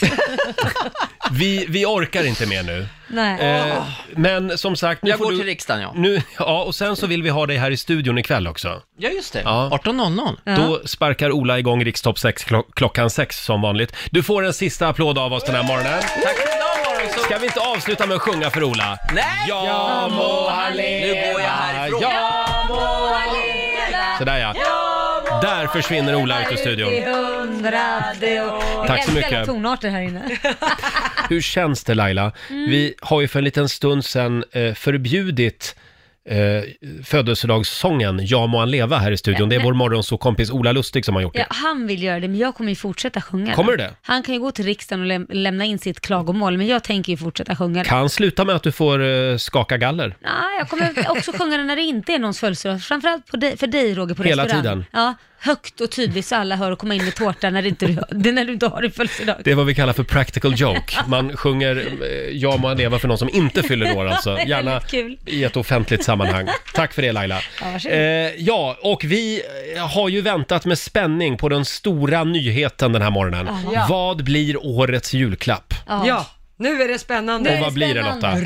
Vi orkar inte mer nu. Nej. Men som sagt, nu jag får går du, till riksdagen, nu, och sen så vill vi ha dig här i studion ikväll också. Ja, just det. 18.00. Då sparkar Ola igång Rikstopp 6 klockan 6 som vanligt. Du får en sista applåd av oss den här morgonen. Tack för idag. Ska vi inte avsluta med att sjunga för Ola? Nej! Ja må han leva. Nu går jag härifrån. Ja må han leva. Sådär ja. Där försvinner Ola ut ur studion. Tack så mycket. Jag älskar tonarter här inne. Hur känns det, Laila? Vi har ju för en liten stund sedan förbjudit födelsedagssången Ja må han leva här i studion. Det är vår morgonsåkompis Ola Lustig som har gjort det. Ja, han vill göra det, men jag kommer ju fortsätta sjunga. Kommer du det? Han kan ju gå till riksdagen och lämna in sitt klagomål, men jag tänker ju fortsätta sjunga det. Kan sluta med att du får skaka galler. Nej, jag kommer också sjunga det när det inte är någons födelsedag. Framförallt för dig, Roger, på hela restaurang. Tiden. Ja, högt och tydligt så alla hör och komma in med tårta när när du inte har din födelsedag. Det är vad vi kallar för practical joke. Man sjunger Ja må han leva för någon som inte fyller år alltså. Gärna i ett offentligt sammanhang. Tack för det, Laila. Ja, och vi har ju väntat med spänning på den stora nyheten den här morgonen. Vad blir årets julklapp? Ja, nu är det spännande. Och vad blir det, Lotta?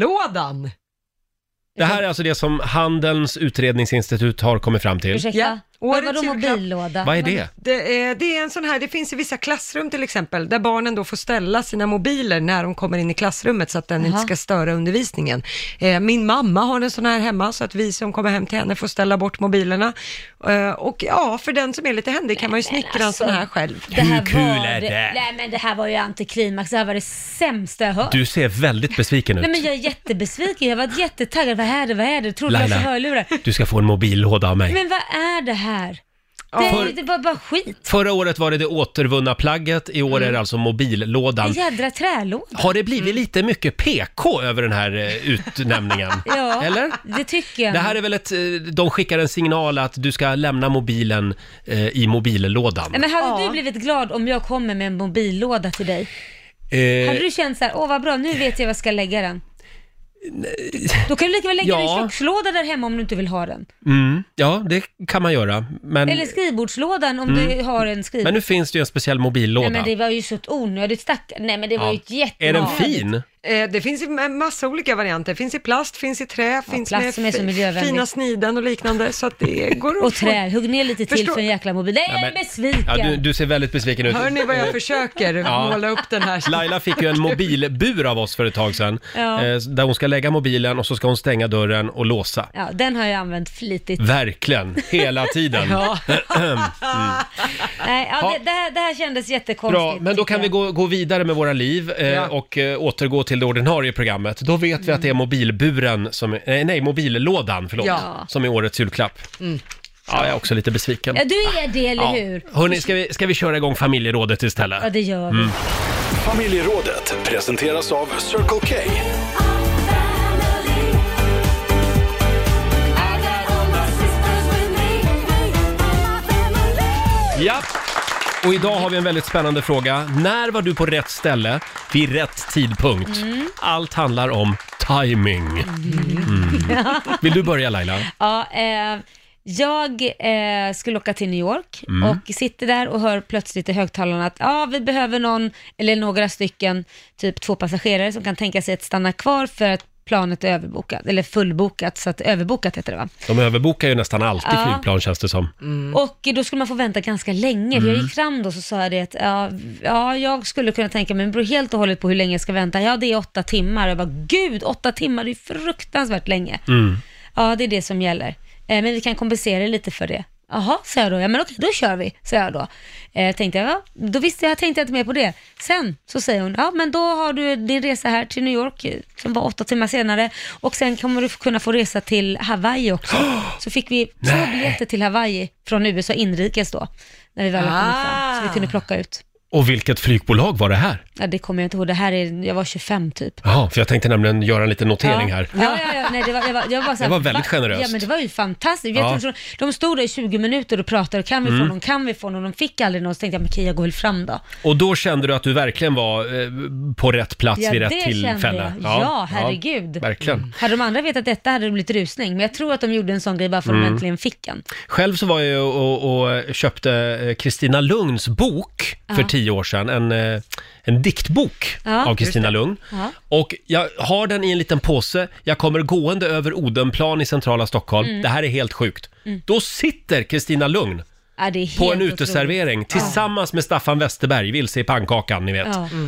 Mobillådan. Det här är alltså det som Handelns utredningsinstitut har kommit fram till. Ursäkta? Vadå mobillåda? Vad är det? Det är en sån här, det finns i vissa klassrum till exempel, där barnen då får ställa sina mobiler när de kommer in i klassrummet så att den inte ska störa undervisningen. Min mamma har en sån här hemma så att vi som kommer hem till henne får ställa bort mobilerna. Och ja, för den som är lite händig kan man ju snickra en sån här själv. Hur kul är det? Nej men det här var ju antiklimax, det här var det sämsta jag hört. Du ser väldigt besviken ut. Nej men jag är jättebesviken, jag var jättetaggad. Vad är det? Tror du jag ska hörlurar? Du ska få en mobillåda av mig. Men vad är det här? Det var bara skit. Förra året var det återvunna plagget, i år är det alltså mobillådan. En jädra trälåda. Har det blivit lite mycket PK över den här utnämningen? Ja, eller? Det tycker jag. Det här är väl de skickar en signal att du ska lämna mobilen i mobillådan. Men hade du blivit glad om jag kommer med en mobillåda till dig? Hade du känt så här, vad bra, nu vet jag var jag ska lägga den? Då kan du lika väl lägga den i kökslåda där hemma om du inte vill ha den. Ja, det kan man göra. Men... Eller skrivbordslådan om du har en skrivbord. Men nu finns det ju en speciell mobillåda. Nej men det var ju så ett onödigt Nej men det var ju ett jätteonödigt. Är den fin? Det finns en massa olika varianter. Finns i plast, finns i trä, finns plast med fina sniden och liknande. Så att det går och trä, hugg ner lite till för en jäkla mobil. Nej, jag är besviken. Ja, du ser väldigt besviken ut. Hör ni vad jag försöker måla upp den här? Laila fick ju en mobilbur av oss för ett tag sedan. Där hon ska lägga mobilen och så ska hon stänga dörren och låsa. Ja, den har jag använt flitigt. Verkligen, hela tiden. Nej, det här kändes jättekonstigt. Bra, men då kan vi gå vidare med våra liv och återgå till det ordinarie programmet. Då vet vi att det är mobillådan som är årets julklapp. Ja, jag är också lite besviken. Ja, du är det, eller hur? Hörrni, ska vi köra igång familjerådet istället? Ja, det gör vi. Familjerådet presenteras av Circle K. Ja. Och idag har vi en väldigt spännande fråga. När var du på rätt ställe vid rätt tidpunkt? Allt handlar om timing. Vill du börja, Laila? Ja, jag skulle åka till New York och sitter där och hör plötsligt i högtalarna att vi behöver någon eller några stycken, typ 2 passagerare som kan tänka sig att stanna kvar för att planet är överbokat, eller fullbokat, så att överbokat heter det, va? De överbokar ju nästan alltid flygplan, känns det som. Och då skulle man få vänta ganska länge. Jag gick fram då så sa jag det att jag skulle kunna tänka mig, men det beror helt och hållet på hur länge jag ska vänta. Ja, det är 8 timmar. Jag bara, gud, 8 timmar, det är fruktansvärt länge. Ja, det är det som gäller. Men vi kan kompensera lite för det. Jaha, sa jag då. Ja, men okej, då kör vi, sa jag då. Tänkte jag, då tänkte jag inte mer på det. Sen så säger hon, men då har du din resa här till New York som var 8 timmar senare, och sen kommer du kunna få resa till Hawaii också. Så fick vi 2 biljetter till Hawaii från USA inrikes då, när vi väl kom fram, så vi kunde plocka ut. Och vilket flygbolag var det här? Ja, det kommer jag inte ihåg. Jag var 25 typ. Ja, för jag tänkte nämligen göra en liten notering här. Ja. Nej, jag var så här, det var väldigt generöst. Ja, men det var ju fantastiskt. De stod där i 20 minuter och pratade. Kan vi få någon? De fick aldrig någon. Så tänkte jag, men jag går väl fram då. Och då kände du att du verkligen var på rätt plats vid rätt tillfälle? Ja, herregud. Verkligen. Hade de andra vetat detta hade det blivit rusning. Men jag tror att de gjorde en sån grej bara för att de äntligen fick en. Själv så var jag och köpte Kristina Lugns bok för 10 år sedan. En diktbok av Kristina Lugn. Och jag har den i en liten påse. Jag kommer gående över Odenplan i centrala Stockholm. Det här är helt sjukt. Då sitter Kristina Lugn på en uteservering tillsammans med Staffan Westerberg, Vilse i pannkakan, ni vet.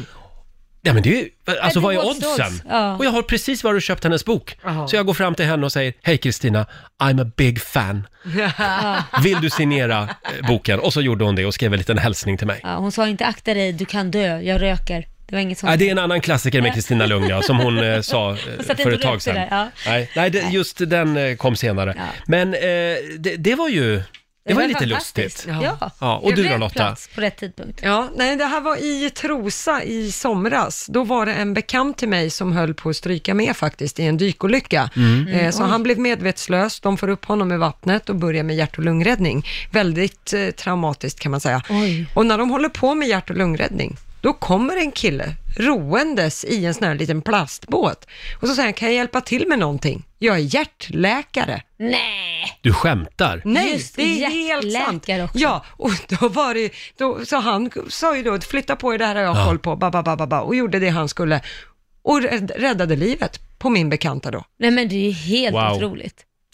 Ja, men det är alltså, vad är oddsen? Och jag har precis varit och köpt hennes bok. Så jag går fram till henne och säger, hej Kristina, I'm a big fan. Vill du signera boken? Och så gjorde hon det och skrev en liten hälsning till mig. Hon sa inte, akta dig, du kan dö, jag röker. Det var inget sånt. Det är en annan klassiker med Kristina Lugn, som hon sa för ett tag sedan. Just den kom senare. Men det var ju... Det var lite lustigt. Ja. Och du då, Lotta? På rätt tidpunkt. Ja, nej, det här var i Trosa i somras. Då var det en bekant till mig som höll på att stryka med faktiskt i en dykolycka. Så han blev medvetslös. De får upp honom i vattnet och börjar med hjärt- och lungräddning. Väldigt traumatiskt kan man säga. Och när de håller på med hjärt- och lungräddning, då kommer en kille roendes i en sån här liten plastbåt. Och så säger han, kan jag hjälpa till med någonting? Jag är hjärtläkare. Nej! Du skämtar? Nej, just det är helt sant. Också. Ja, och då var det, så han sa ju då, flytta på er, det här har jag koll på, och gjorde det han skulle. Och räddade livet på min bekanta då. Nej, men det är ju helt otroligt.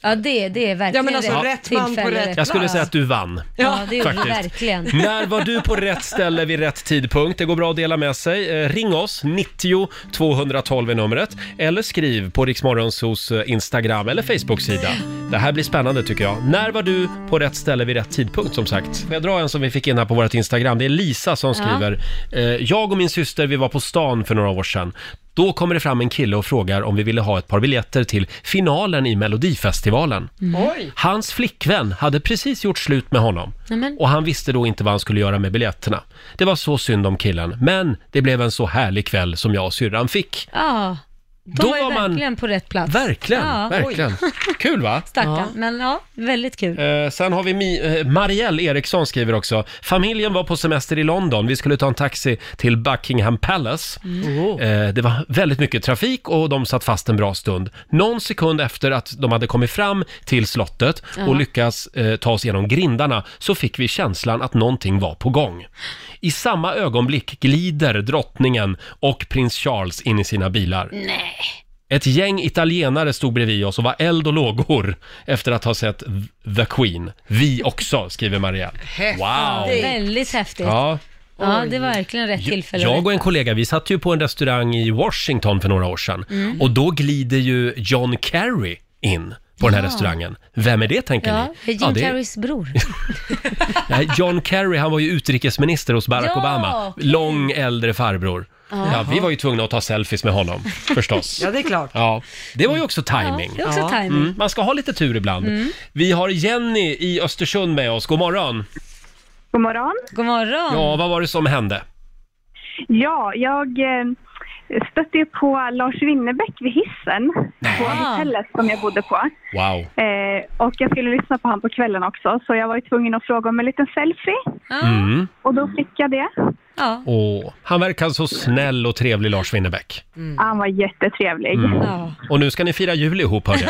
Ja, det är verkligen Ja, men alltså rätt man på rätt plats. Jag skulle säga att du vann. Ja, det gjorde faktiskt. verkligen. När var du på rätt ställe vid rätt tidpunkt? Det går bra att dela med sig. Ring oss, 90 212 är numret. Eller skriv på Rix Morgonzos Instagram eller Facebook-sida. Det här blir spännande tycker jag. När var du på rätt ställe vid rätt tidpunkt som sagt? Får jag dra en som vi fick in här på vårt Instagram? Det är Lisa som skriver. Jag och min syster, vi var på stan för några år sedan. Då kommer det fram en kille och frågar om vi ville ha ett par biljetter till finalen i Melodifestivalen. Hans flickvän hade precis gjort slut med honom. Och han visste då inte vad han skulle göra med biljetterna. Det var så synd om killen. Men det blev en så härlig kväll som jag och syrran fick. Ja, då var man verkligen på rätt plats. Verkligen. Kul va? Stackarn, men ja, väldigt kul. Sen har vi Marielle Eriksson skriver också. Familjen var på semester i London. Vi skulle ta en taxi till Buckingham Palace. Det var väldigt mycket trafik och de satt fast en bra stund. Någon sekund efter att de hade kommit fram till slottet och lyckats ta oss genom grindarna så fick vi känslan att någonting var på gång. I samma ögonblick glider drottningen och prins Charles in i sina bilar. Nej. Ett gäng italienare stod bredvid oss och var eld och lågor efter att ha sett The Queen. Vi också, skriver Marielle. Wow! Det är väldigt häftigt. Ja, det var verkligen rätt tillfälle. Jag och en kollega, vi satt ju på en restaurang i Washington för några år sedan. Och då glider ju John Kerry in på den här restaurangen. Vem är det, tänker ni? Jim Carreys bror. Nej, John Kerry, han var ju utrikesminister hos Barack Obama. Okay. Lång äldre farbror. Ja, vi var ju tvungna att ta selfies med honom, förstås. Ja, det är klart. Ja, det var ju också timing. Det är också timing. Man ska ha lite tur ibland. Vi har Jenny i Östersund med oss. God morgon. God morgon. God morgon. Ja, vad var det som hände? Ja, jag stötte ju på Lars Winnerbäck vid hissen på hotellet som jag bodde på. Wow. Och jag skulle lyssna på han på kvällen också, så jag var ju tvungen att fråga om en liten selfie. Och då fick jag det. Ja. Han verkar så snäll och trevlig, Lars Winnerbäck. Han var jättetrevlig. Och nu ska ni fira jul ihop, hörde jag.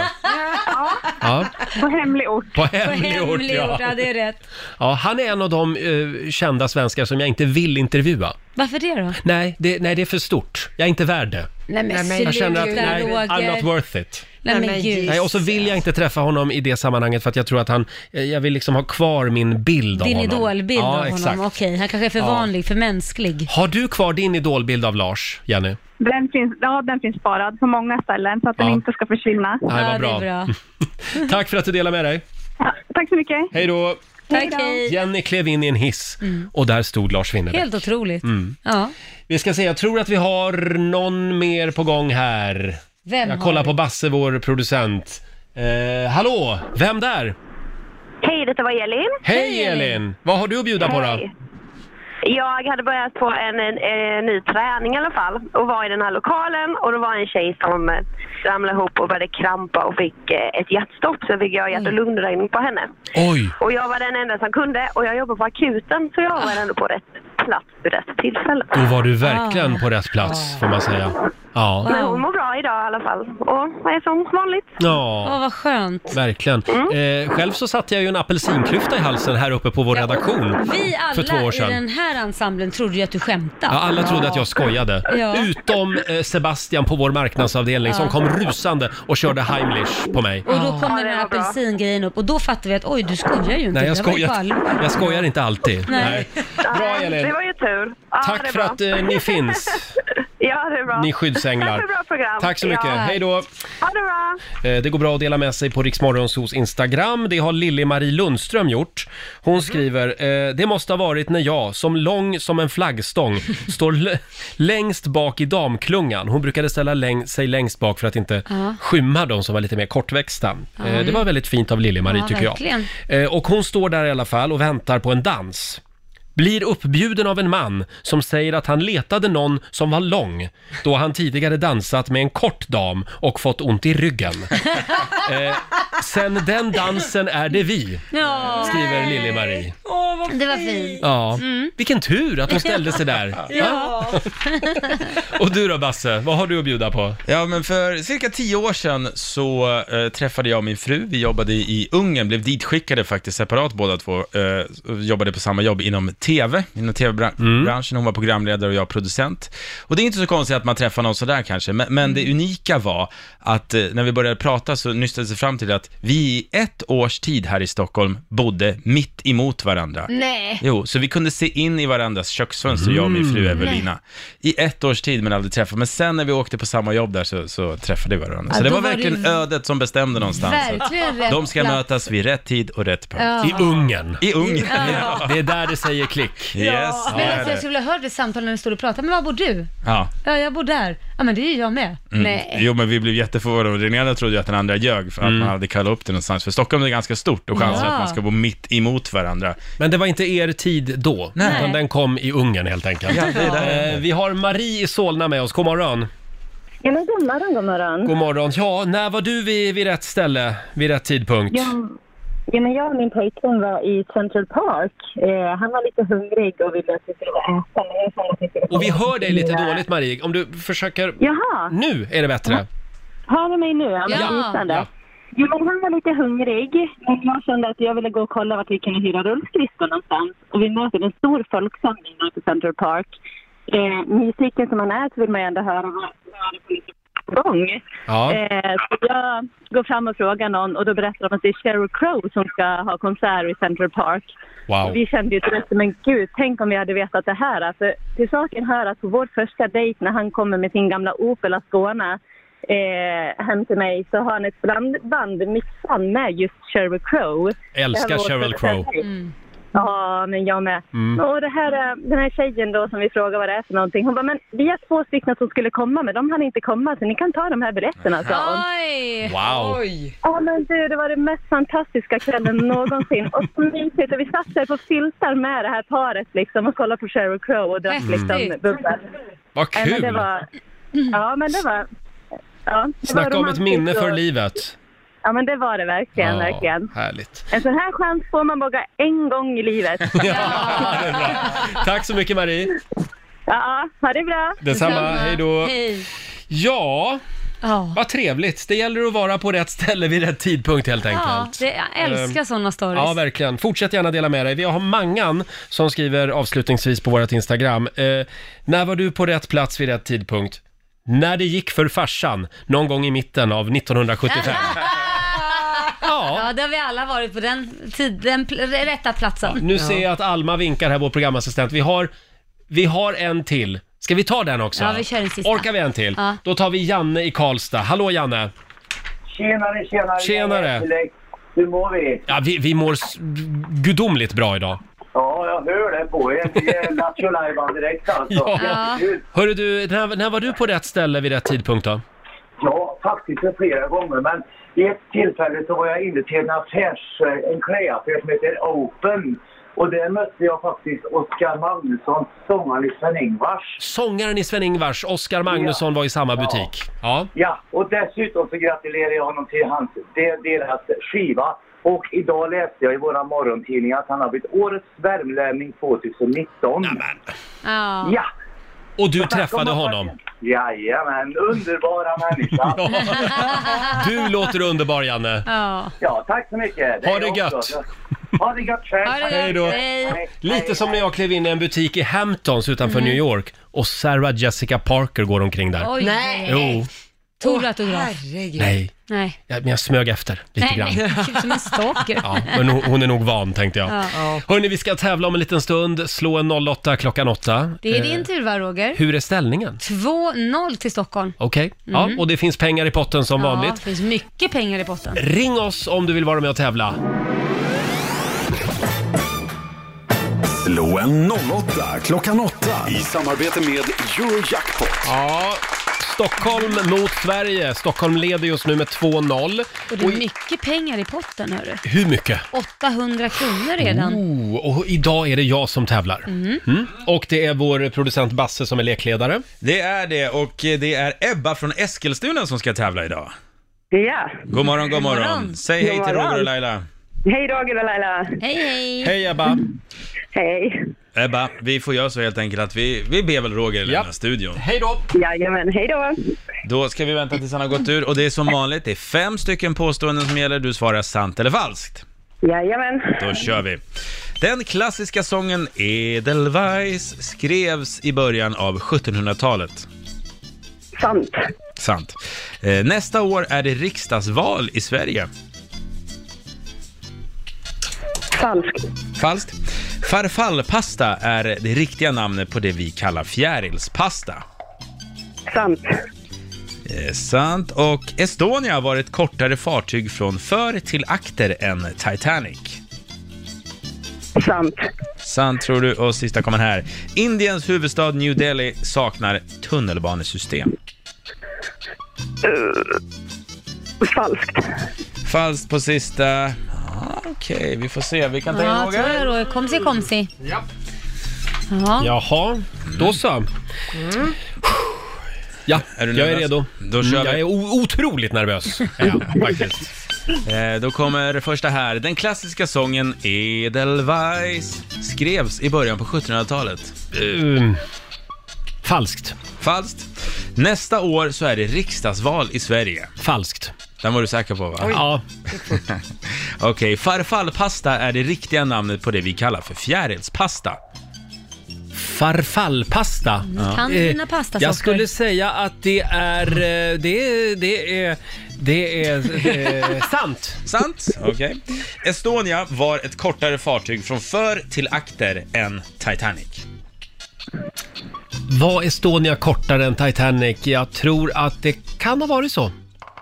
Ja. På hemlig ort. På hemlig ort, ja, det är rätt. Ja, han är en av de kända svenskar som jag inte vill intervjua. Varför det då? Nej, det är för stort. Jag är inte värd det. Nej, men jag känner att I'm not worth it. Nej, och så vill jag inte träffa honom i det sammanhanget för att jag tror att jag vill liksom ha kvar min bild av honom. Din idolbild av honom, exakt. Okej, han kanske är för vanlig, för mänsklig. Har du kvar din idolbild av Lars, Jenny? Den finns sparad på många ställen så att den inte ska försvinna. Nej, vad bra. Det är bra. Tack för att du delar med dig. Ja, tack så mycket. Hej då. Tack, hej. Jenny klev in i en hiss och där stod Lars Winnerbäck. Helt otroligt. Ja. Vi ska se, jag tror att vi har någon mer på gång här. Jag kollar på Basse, vår producent. Hallå, vem där? Hej, det var Elin. Hej Elin, vad har du att bjuda på då? Jag hade börjat på en ny träning i alla fall och var i den här lokalen och då var en tjej som ramlade ihop och började krampa och fick ett hjärtstopp, så fick jag hjärt- och lungräddning på henne. Oj! Och jag var den enda som kunde och jag jobbar på akuten, så jag var ändå på rätt plats vid rätt tillfälle. Då var du verkligen på rätt plats, får man säga. Ja. Men hon mår bra idag i alla fall och är som vanligt. Ja, vad skönt. Verkligen. Själv så satte jag ju en apelsinklyfta i halsen här uppe på vår redaktion för 2 år sedan. Vi alla i den här ensemblen trodde ju att du skämtade. Ja, alla trodde att jag skojade. Utom Sebastian på vår marknadsavdelning som kom rusande och körde Heimlich på mig. Och då kom den här apelsingrejen upp och då fattade vi att oj, du skojar ju inte. Nej, jag skojar inte alltid. Nej. Bra, Elin. Det var ju tur. Ja, tack för att ni finns. Ja, det är bra. Ni skyddsänglar. Tack för bra program. Tack så mycket. Ja. Hej då. Ha det bra. Det går bra att dela med sig på Rix Morgonzos Instagram. Det har Lilly-Marie Lundström gjort. Hon skriver, det måste ha varit när jag, som lång som en flaggstång, står längst bak i damklungan. Hon brukade ställa sig längst bak för att inte skymma de som var lite mer kortväxta. Det var väldigt fint av Lilly-Marie tycker jag. Och hon står där i alla fall och väntar på en dans. Blir uppbjuden av en man som säger att han letade någon som var lång då han tidigare dansat med en kort dam och fått ont i ryggen. Sen den dansen är det vi, skriver Lilly-Marie. Det var fint. Ja, vilken tur att hon ställde sig där. Ja. Och du då Basse, vad har du att bjuda på? Ja, men för cirka 10 år sedan så träffade jag och min fru. Vi jobbade i Ungern, blev ditskickade faktiskt separat båda två. Jobbade på samma jobb inom tv, inom tv-branschen. Hon var programledare och jag producent. Och det är inte så konstigt att man träffar någon sådär kanske, men det unika var att när vi började prata så nystade det fram till att vi i 1 års tid här i Stockholm bodde mitt emot varandra. Nej. Jo, så vi kunde se in i varandras köksfönster, jag och min fru Evelina. I 1 års tid men aldrig träffat. Men sen när vi åkte på samma jobb där så träffade vi varandra. Så det var verkligen ödet som bestämde någonstans. De ska mötas vid rätt tid och rätt punkt. I Ungern. I Ungern. Ja. Det är där det säger klick. Yes. Men alltså, jag skulle vilja höra det samtal när du stod och pratade. Men var bor du? Ja, jag bor där. Ja, men det är ju jag med. Nej. Jo, men vi blev jätteförvånade. Renata trodde ju att den andra ljög för att man hade kallat upp det någonstans. För Stockholm är ganska stort och chansen att man ska bo mitt emot varandra. Men det var inte er tid då. Nej. Utan den kom i Ungern helt enkelt. Ja, det är där. Vi har Marie i Solna med oss. God morgon. Ja, men god morgon. God morgon. Ja, när var du vid rätt ställe, vid rätt tidpunkt? Ja, men jag och min pojkvän var i Central Park. Han var lite hungrig och ville att vi skulle äta. Och vi hör dig lite dåligt, Marie. Om du försöker... Jaha. Nu är det bättre. Hör du mig nu? Ja. Jo, men han var lite hungrig. Men jag kände att jag ville gå och kolla vart vi kunde hyra rullskridskor någonstans. Och vi möter en stor folksamling på Central Park. Musiken som man är så vill man ändå höra på gång. Ja. Så jag går fram och frågar någon och då berättar de att det är Sheryl Crow som ska ha konsert i Central Park. Wow. Och vi kände ju direkt, men gud, tänk om vi hade vetat det här. Alltså, till saken hör att på vår första dejt när han kommer med sin gamla Opel Ascona hem till mig så har han ett band mixad med just Sheryl Crow. Älskar Sheryl Crow. Ja, men jag med. Och den här tjejen då som vi frågade vad det är för någonting. Hon bara, men vi är 2 stycken som skulle komma, men de hann inte komma så ni kan ta de här biljetterna. Oj! Wow! Ja, men det var det mest fantastiska kvällen någonsin. Och så mysigt, och vi satt där på filtar med det här paret liksom och kollade på Sheryl Crow och drack liksom bubbel. Vad kul! Men det var... Snacka om ett minne för livet. Ja, men det var det verkligen, verkligen. Härligt. En sån här chans får man bara en gång i livet. Det är bra. Tack så mycket, Marie. Ja, ha det bra. Detsamma, hej då. Hej. Ja, vad trevligt. Det gäller att vara på rätt ställe vid rätt tidpunkt helt enkelt. Ja, jag älskar sådana stories. Ja, verkligen. Fortsätt gärna dela med dig. Vi har Mangan som skriver avslutningsvis på vårt Instagram. När var du på rätt plats vid rätt tidpunkt? När det gick för farsan, någon gång i mitten av 1975. Ja, det har vi alla varit på den rätta platsen. Ja, nu ser jag att Alma vinkar här, vår programassistent. Vi har en till. Ska vi ta den också? Ja, vi kör den sista. Orkar vi en till? Ja. Då tar vi Janne i Karlstad. Hallå, Janne. Tjenare. Hur mår vi? Ja, vi mår gudomligt bra idag. Ja, jag hör det på er. Det är Lattjo Lajban direkt alltså. Ja. Hörru du, när var du på rätt ställe vid rätt tidpunkt då? Ja, faktiskt flera gånger. Men i ett tillfälle så var jag inne till en klädaffär som heter Open. Och där mötte jag faktiskt Oskar Magnusson, sångaren i Sven-Ingvars. Sångaren i Sven-Ingvars, Oskar Magnusson var i samma butik. Ja, och dessutom så gratulerar jag honom till deras skiva. Och idag läste jag i våra morgontidningar att han har blivit årets värmlänning 2019. Ja. Och du träffade honom? Jajamän, underbara människa. Du låter underbar, Janne. Ja, tack så mycket. Ha det gött. Ha det gött själv. Hej då. Lite som när jag klev in i en butik i Hamptons utanför New York och Sarah Jessica Parker går omkring där. Oj, nej. Jo. Tog du att du drar? Nej. Men jag smög efter lite grann. Som en stalker. Ja, men hon är nog van, tänkte jag. Hörrni, vi ska tävla om en liten stund. Slå en 08 klockan 8. Det är din tur, va, Roger? Hur är ställningen? 2-0 till Stockholm. Okej. Ja, och det finns pengar i potten som vanligt. Det finns mycket pengar i potten. Ring oss om du vill vara med och tävla. Slå en 08 klockan 8 i samarbete med Eurojackpot. Ja, Stockholm mot Sverige. Stockholm leder just nu med 2-0. Och det är mycket pengar i potten, hörru. Hur mycket? 800 kronor redan. Och idag är det jag som tävlar. Och det är vår producent Basse som är lekledare. Det är det, och det är Ebba från Eskilstuna som ska tävla idag. Ja. God morgon. Säg hej till Roger och Laila. Hej Roger och Laila. Hej. Hej Ebba. Hej. Ebba, vi får göra så helt enkelt att vi ber väl Roger lämna studion. Hej då! Jajamän, hej då! Då ska vi vänta tills han har gått ur, och det är som vanligt, det är 5 stycken påståenden som gäller, du svarar sant eller falskt. Jajamän. Då kör vi. Den klassiska sången Edelweiss skrevs i början av 1700-talet. Sant. Nästa år är det riksdagsval i Sverige. Falskt. Farfallpasta är det riktiga namnet på det vi kallar fjärilspasta. Sant. Och Estonia var ett kortare fartyg från för till akter än Titanic. Sant tror du. Och sista kommer här. Indiens huvudstad New Delhi saknar tunnelbanesystem. Falskt på sista. Okej, vi får se. Vi kan ta in Roger. Komsi. Ja. Jaha, då så. Ja, jag är redo. Då kör jag är otroligt nervös. Ja, faktiskt. Då kommer första här. Den klassiska sången Edelweiss skrevs i början på 1700-talet. Falskt. Nästa år så är det riksdagsval i Sverige. Falskt. Den var du säker på, va? Ja. Okej, farfallpasta är det riktiga namnet på det vi kallar för fjärilspasta. Farfallpasta. Kan dina pastasorter? Jag skulle säga att det är sant. Sant? Okej. Estonia var ett kortare fartyg från för till akter än Titanic. Var Estonia kortare än Titanic? Jag tror att det kan ha varit så.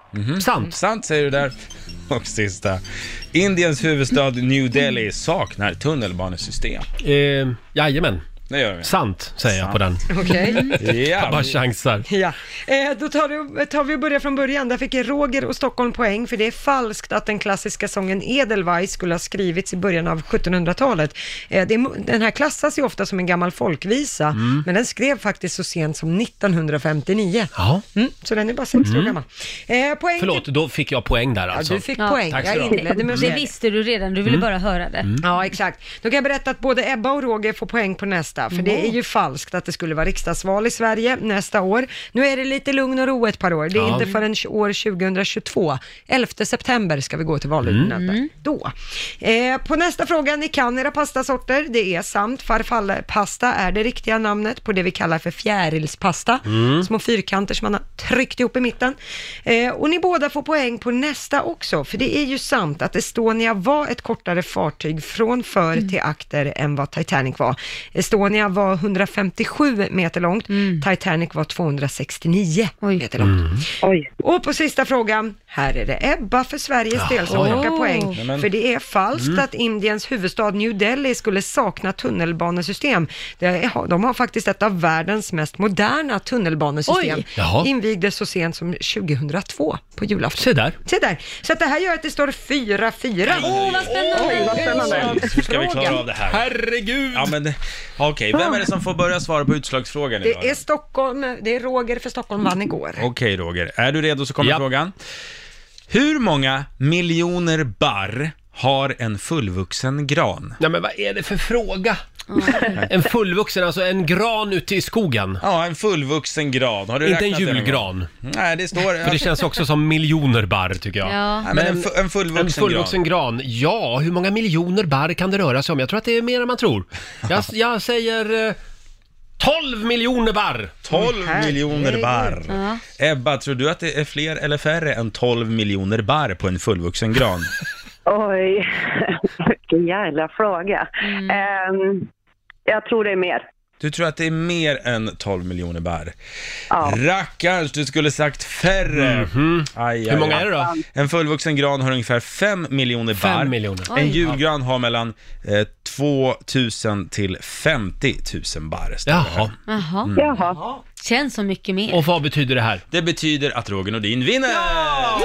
Sant säger du där. Och sista. Indiens huvudstad New Delhi saknar tunnelbanesystem. Jajamän. Det gör vi. Sant säger jag på den. Okej. Jag bara chansar. Ja. Då tar vi och börjar från början. Där fick Roger och Stockholm poäng, för det är falskt att den klassiska sången Edelweiss skulle ha skrivits i början av 1700-talet. Den här klassas ju ofta som en gammal folkvisa, men den skrev faktiskt så sent som 1959. Ja. Så den är bara 6 år gammal. Poäng. Förlåt, då fick jag poäng där alltså. Ja, du fick poäng. Tack Jag inledde med det visste du redan, du ville bara höra det. Ja, exakt. Då kan jag berätta att både Ebba och Roger får poäng på nästa. För det är ju falskt att det skulle vara riksdagsval i Sverige nästa år. Nu är det lite lugn och ro ett par år. Det är inte förrän år 2022. 11 september ska vi gå till valurnorna då. På nästa fråga, ni kan era pastasorter. Det är sant. Farfallpasta är det riktiga namnet på det vi kallar för fjärilspasta. Små fyrkanter som man har tryckt ihop i mitten. Och ni båda får poäng på nästa också. För det är ju sant att Estonia var ett kortare fartyg från för till akter än vad Titanic var. Estonia var 157 meter långt. Titanic var 269 meter långt. Och på sista frågan, här är det Ebba för Sveriges del som plockar poäng. För det är falskt att Indiens huvudstad New Delhi skulle sakna tunnelbanesystem. De har faktiskt ett av världens mest moderna tunnelbanesystem. Invigdes så sent som 2002 på julafton. Se där. Så att det här gör att det står 4-4. Vad spännande. Hur ska vi klara av det här? Herregud. Ja, men okej, vem är det som får börja svara på utslagsfrågan idag? Det är Stockholm, det är Roger för Stockholm vann igår. Okej, Roger, är du redo så kommer frågan. Hur många miljoner barr har en fullvuxen gran? Nej, men vad är det för fråga? En fullvuxen, alltså en gran ute i skogen. Ja, en fullvuxen gran. Har du inte en räknat julgran? Nej, det står... För det känns också som miljoner barr, tycker jag. Ja. Nej, men en fullvuxen gran. Ja, hur många miljoner barr kan det röra sig om? Jag tror att det är mer än man tror. Jag säger 12 miljoner barr. 12 miljoner barr. Ebba, tror du att det är fler eller färre än 12 miljoner barr på en fullvuxen gran? Oj, vilken jävla fråga. Jag tror det är mer. Du tror att det är mer än 12 miljoner barr? Ja. Rackars, du skulle sagt färre. Hur många är det då? En fullvuxen gran har ungefär 5 miljoner barr. 5 miljoner. En julgran har mellan 2000 till 50 000 barr. Jaha. Känns så mycket mer. Och vad betyder det här? Det betyder att Roger Nordin vinner! Ja!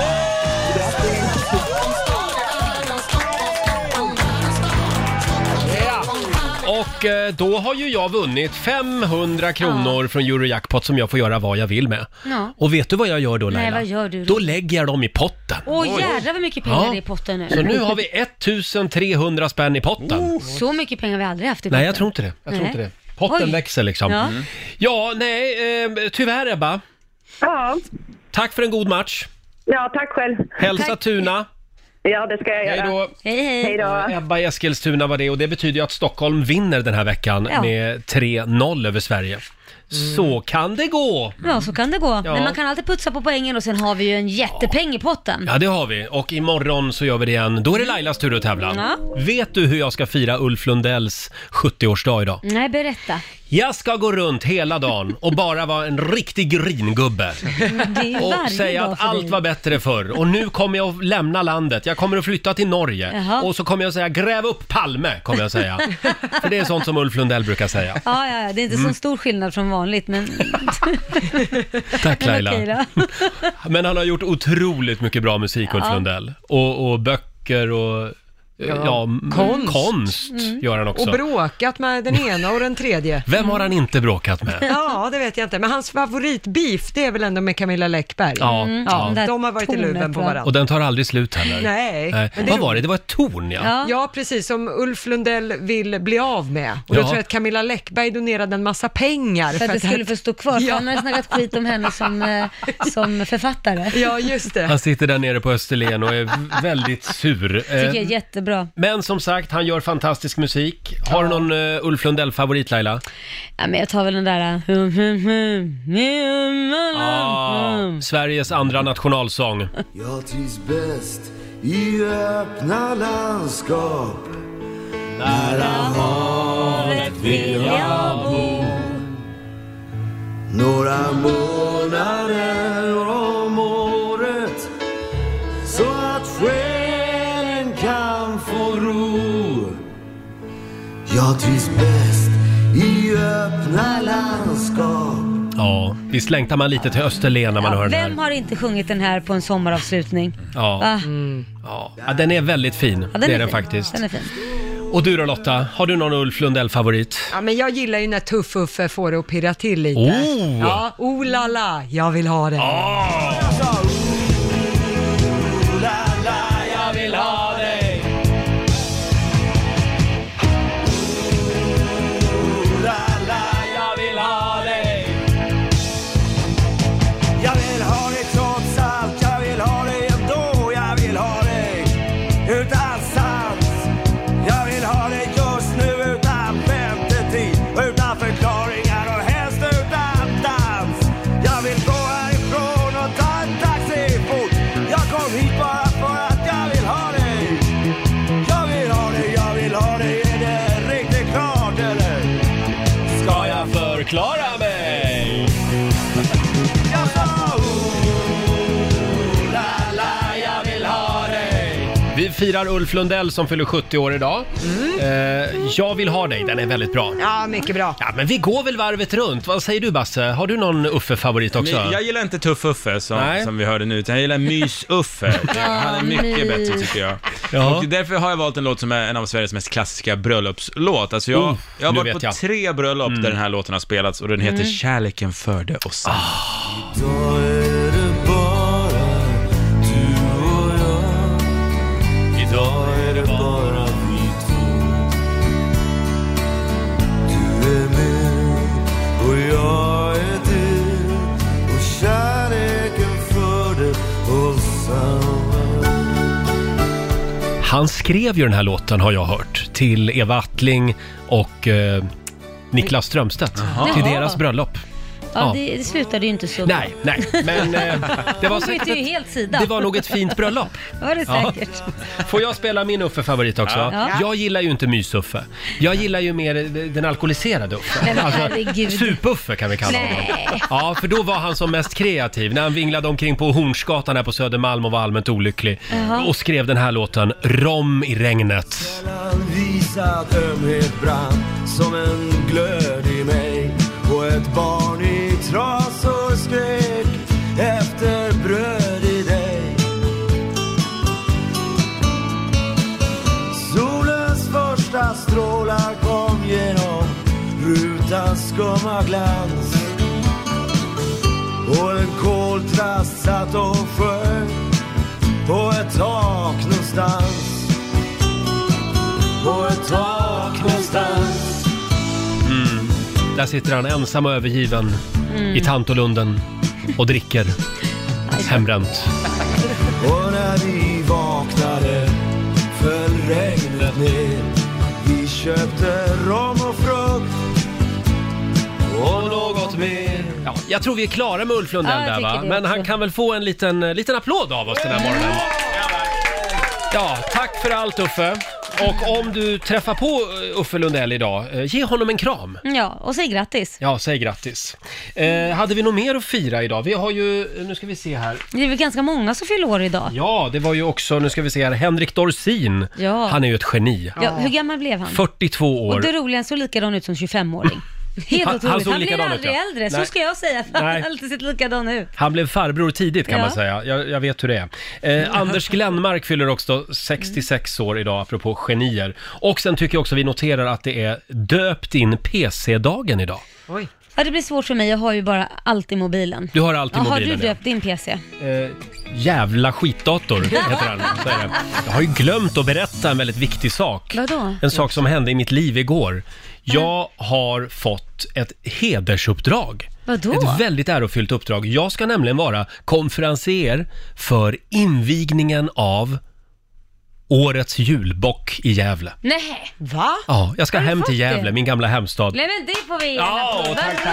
Och då har ju jag vunnit 500 kronor från Eurojackpot som jag får göra vad jag vill med. Ja. Och vet du vad jag gör då, Laila? Nej, vad gör du då? Då lägger jag dem i potten. Jädrar vad mycket pengar det är i potten nu. Så nu har vi 1300 spänn i potten. Så mycket pengar har vi aldrig haft i potten. Nej, jag tror inte det. Potten växer liksom. Ja, tyvärr Ebba. Ja. Tack för en god match. Ja, tack själv. Hälsa Tuna. Ja, det ska jag göra. Hej då. Hej då. Ebba i Eskilstuna var det, och det betyder ju att Stockholm vinner den här veckan med 3-0 över Sverige. Så kan det gå. Ja, så kan det gå. Ja. Men man kan alltid putsa på poängen och sen har vi ju en jättepeng i potten. Ja, det har vi. Och imorgon så gör vi det igen. Då är det Lailas tur att tävla. Ja. Vet du hur jag ska fira Ulf Lundells 70-årsdag idag? Nej, berätta. Jag ska gå runt hela dagen och bara vara en riktig gringubbe. Och säga att allt var bättre förr. Och nu kommer jag att lämna landet. Jag kommer att flytta till Norge. Jaha. Och så kommer jag att säga, gräv upp Palme, kommer jag säga. För det är sånt som Ulf Lundell brukar säga. Ja, det är inte så stor skillnad från vanligt, men... Tack Laila. Men okej då. Men han har gjort otroligt mycket bra musik, Ulf Lundell. Och böcker och... Ja, konst gör han också. Och bråkat med den ena och den tredje. Vem har han inte bråkat med? Ja, det vet jag inte. Men hans favoritbeef, det är väl ändå med Camilla Läckberg. Ja. De har varit i luven på varandra. Och den tar aldrig slut heller. Nej. Vad var det? Det var ett torn, Ja, precis. Som Ulf Lundell vill bli av med. Och då tror jag att Camilla Läckberg donerade en massa pengar. För att det skulle få stå kvar. För han har snackat skit om henne som författare. Ja, just det. Han sitter där nere på Österlen och är väldigt sur. Tycker jag är jättebra. Men som sagt, han gör fantastisk musik. Har du någon Ulf Lundell-favorit, Laila? Ja, men jag tar väl den där... Sveriges andra nationalsång. Jag trivs bäst i öppna landskap. Nära havet vill jag bo. Några månader om året, så att själen kan få ro. Jag trivs bäst i öppna landskap. Ja, visst längtar man lite till Österlen när man hör den här. Vem har inte sjungit den här på en sommaravslutning? Ja, den är väldigt fin. Ja, det är den faktiskt. Den är fin. Och du då Lotta, har du någon Ulf Lundell-favorit? Ja, men jag gillar ju när Tuff Uffe får det att pirra till lite. Ja, lala, jag vill ha det. Jag vill ha dig. Jag vill ha dig. Jag vill ha dig trots allt, jag vill ha dig ändå. Jag vill ha dig utan sans. Jag vill ha dig just nu utan väntetid, utan förklaringar och helst utan dans. Jag vill gå härifrån och ta en taxi fort. Jag kom hit bara för att jag vill ha dig. Jag vill ha dig, jag vill ha dig. Är det riktigt klart eller? Ska jag förklara mig? Jag sa jag vill ha dig. Vi firar Ulf Lundell som fyller 70 år idag. Jag vill ha dig, den är väldigt bra. Ja, mycket bra. Ja, men vi går väl varvet runt. Vad säger du, Basse? Har du någon Uffe-favorit också? Jag gillar inte Tuff Uffe som vi hörde nu, utan jag gillar Mys-Uffe. Han är mycket bättre tycker jag. Ja. Och därför har jag valt en låt som är en av Sveriges mest klassiska bröllopslåt. Alltså jag har varit på 3 bröllop där den här låten har spelats, och den heter Kärleken förde oss samman. idag är det bara du och jag. Idag är det bara vi två. Du är med och jag är du, och kärleken förde oss samman. Han skrev ju den här låten, har jag hört, till Eva Attling och Niklas Strömstedt. Till deras bröllop. Ja, det slutade ju inte så. Nej, men det var säkert ju helt sida. det var nog ett fint bröllop. Var det säkert? Får jag spela min Uffe-favorit också? Ja. Jag gillar ju inte Mys-Uffe. Jag gillar ju mer den alkoholiserade Uffe. Men herregud. Sup-Uffe kan vi kalla honom. Ja, för då var han som mest kreativ när han vinglade omkring på Hornsgatan här på Södermalm och var allmänt olycklig. Och skrev den här låten, Rom i regnet. Visad ömhet brann som en glöd i mig, och ett barn i trasor skrek efter bröd i dig. Solens första strålar kom genom rutans skumma glans, och en koltrast satt och sjöng på ett tak någonstans. På ett tak någonstans. Där sitter han ensam och övergiven i Tantolunden och dricker hembränt. Och när vi vaknade föll regnet ner. Vi köpte rom och frukt och något mer. Ja, jag tror vi är klara med Ulf Lundell där, va? Men han kan väl få en liten applåd av oss den här morgonen. Ja, tack för allt, Uffe. Och om du träffar på Uffe Lundell idag, ge honom en kram. Ja, och säg grattis. Ja, säg grattis. Hade vi nog mer att fira idag? Vi har ju, nu ska vi se här. Det är väl ganska många som fyller år idag. Ja, det var ju också, nu ska vi se här, Henrik Dorsin. Ja. Han är ju ett geni. Ja, hur gammal blev han? 42 år. Och det roliga, så likadan ut som 25-åring. Helt otroligt. Han blir aldrig äldre, så ska jag säga. Han har alltid sett likadan ut. Han blev farbror tidigt kan man säga. Jag vet hur det är. Anders Glenmark fyller också 66 år idag, apropå genier. Och sen tycker jag också vi noterar att det är döpt in PC-dagen idag. Oj. Ja, det blir svårt för mig. Jag har ju bara allt i mobilen. Du har allt i mobilen. Har du döpt din PC? Jävla skitdator heter den. Så är det. Jag har ju glömt att berätta en väldigt viktig sak. Vadå? En sak som hände i mitt liv igår. Jag har fått ett hedersuppdrag. Vadå? Ett väldigt ärofyllt uppdrag. Jag ska nämligen vara konferencier för invigningen av årets julbock i Gävle. Nej. Va? Ja, jag ska hem till Gävle, min gamla hemstad. Nej, men det får vi Ja,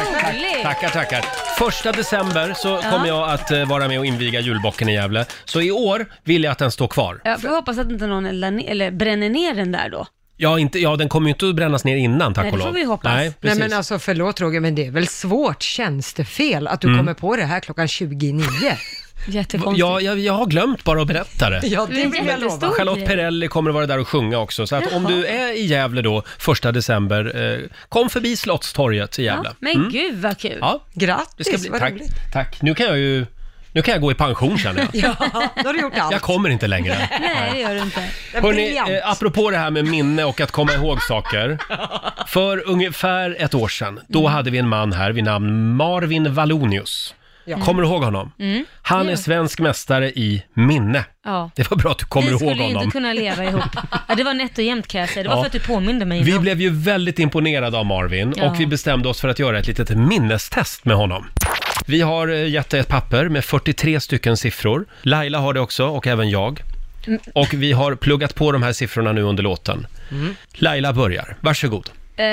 tackar. 1 december så kommer jag att vara med och inviga julbocken i Gävle. Så i år vill jag att den står kvar. Jag får hoppas att inte någon eller bränner ner den där då. Ja, den kommer ju inte att brännas ner innan, tack och lov. Nej, det får vi hoppas. Nej, men alltså förlåt Roger, men det är väl svårt tjänstefel att du kommer på det här klockan 29. Jättekonstigt. Ja, jag har glömt bara att berätta det. Ja, det vill jag lova. Charlotte Perrelli kommer att vara där och sjunga också. Så att om du är i Gävle då, 1 december, kom förbi Slottstorget i Gävle. Ja, men gud vad kul. Ja, grattis, vad tack, roligt. tack. Nu kan jag gå i pension, känner jag. Ja, då har du gjort allt. Jag kommer inte längre. Nej, det gör du inte. Hörrni, apropå det här med minne och att komma ihåg saker. För ungefär ett år sedan, då hade vi en man här vid namn Marvin Wallonius. Ja. Kommer du ihåg honom? Han är svensk mästare i minne. Ja. Det var bra att du kommer ihåg honom. Vi skulle inte kunna leva ihop. Ja, det var nätt och jämnt kan jag säga. Det var för att du påminde mig. Vi blev ju väldigt imponerade av Marvin och vi bestämde oss för att göra ett litet minnestest med honom. Vi har gett dig ett papper med 43 stycken siffror. Laila har det också och även jag. Och vi har pluggat på de här siffrorna nu under låten. Laila börjar. Varsågod.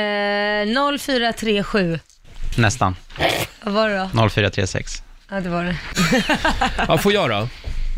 0437. Nästan. Vad var det då? 0436. Ja, det var det. Ja, får jag då?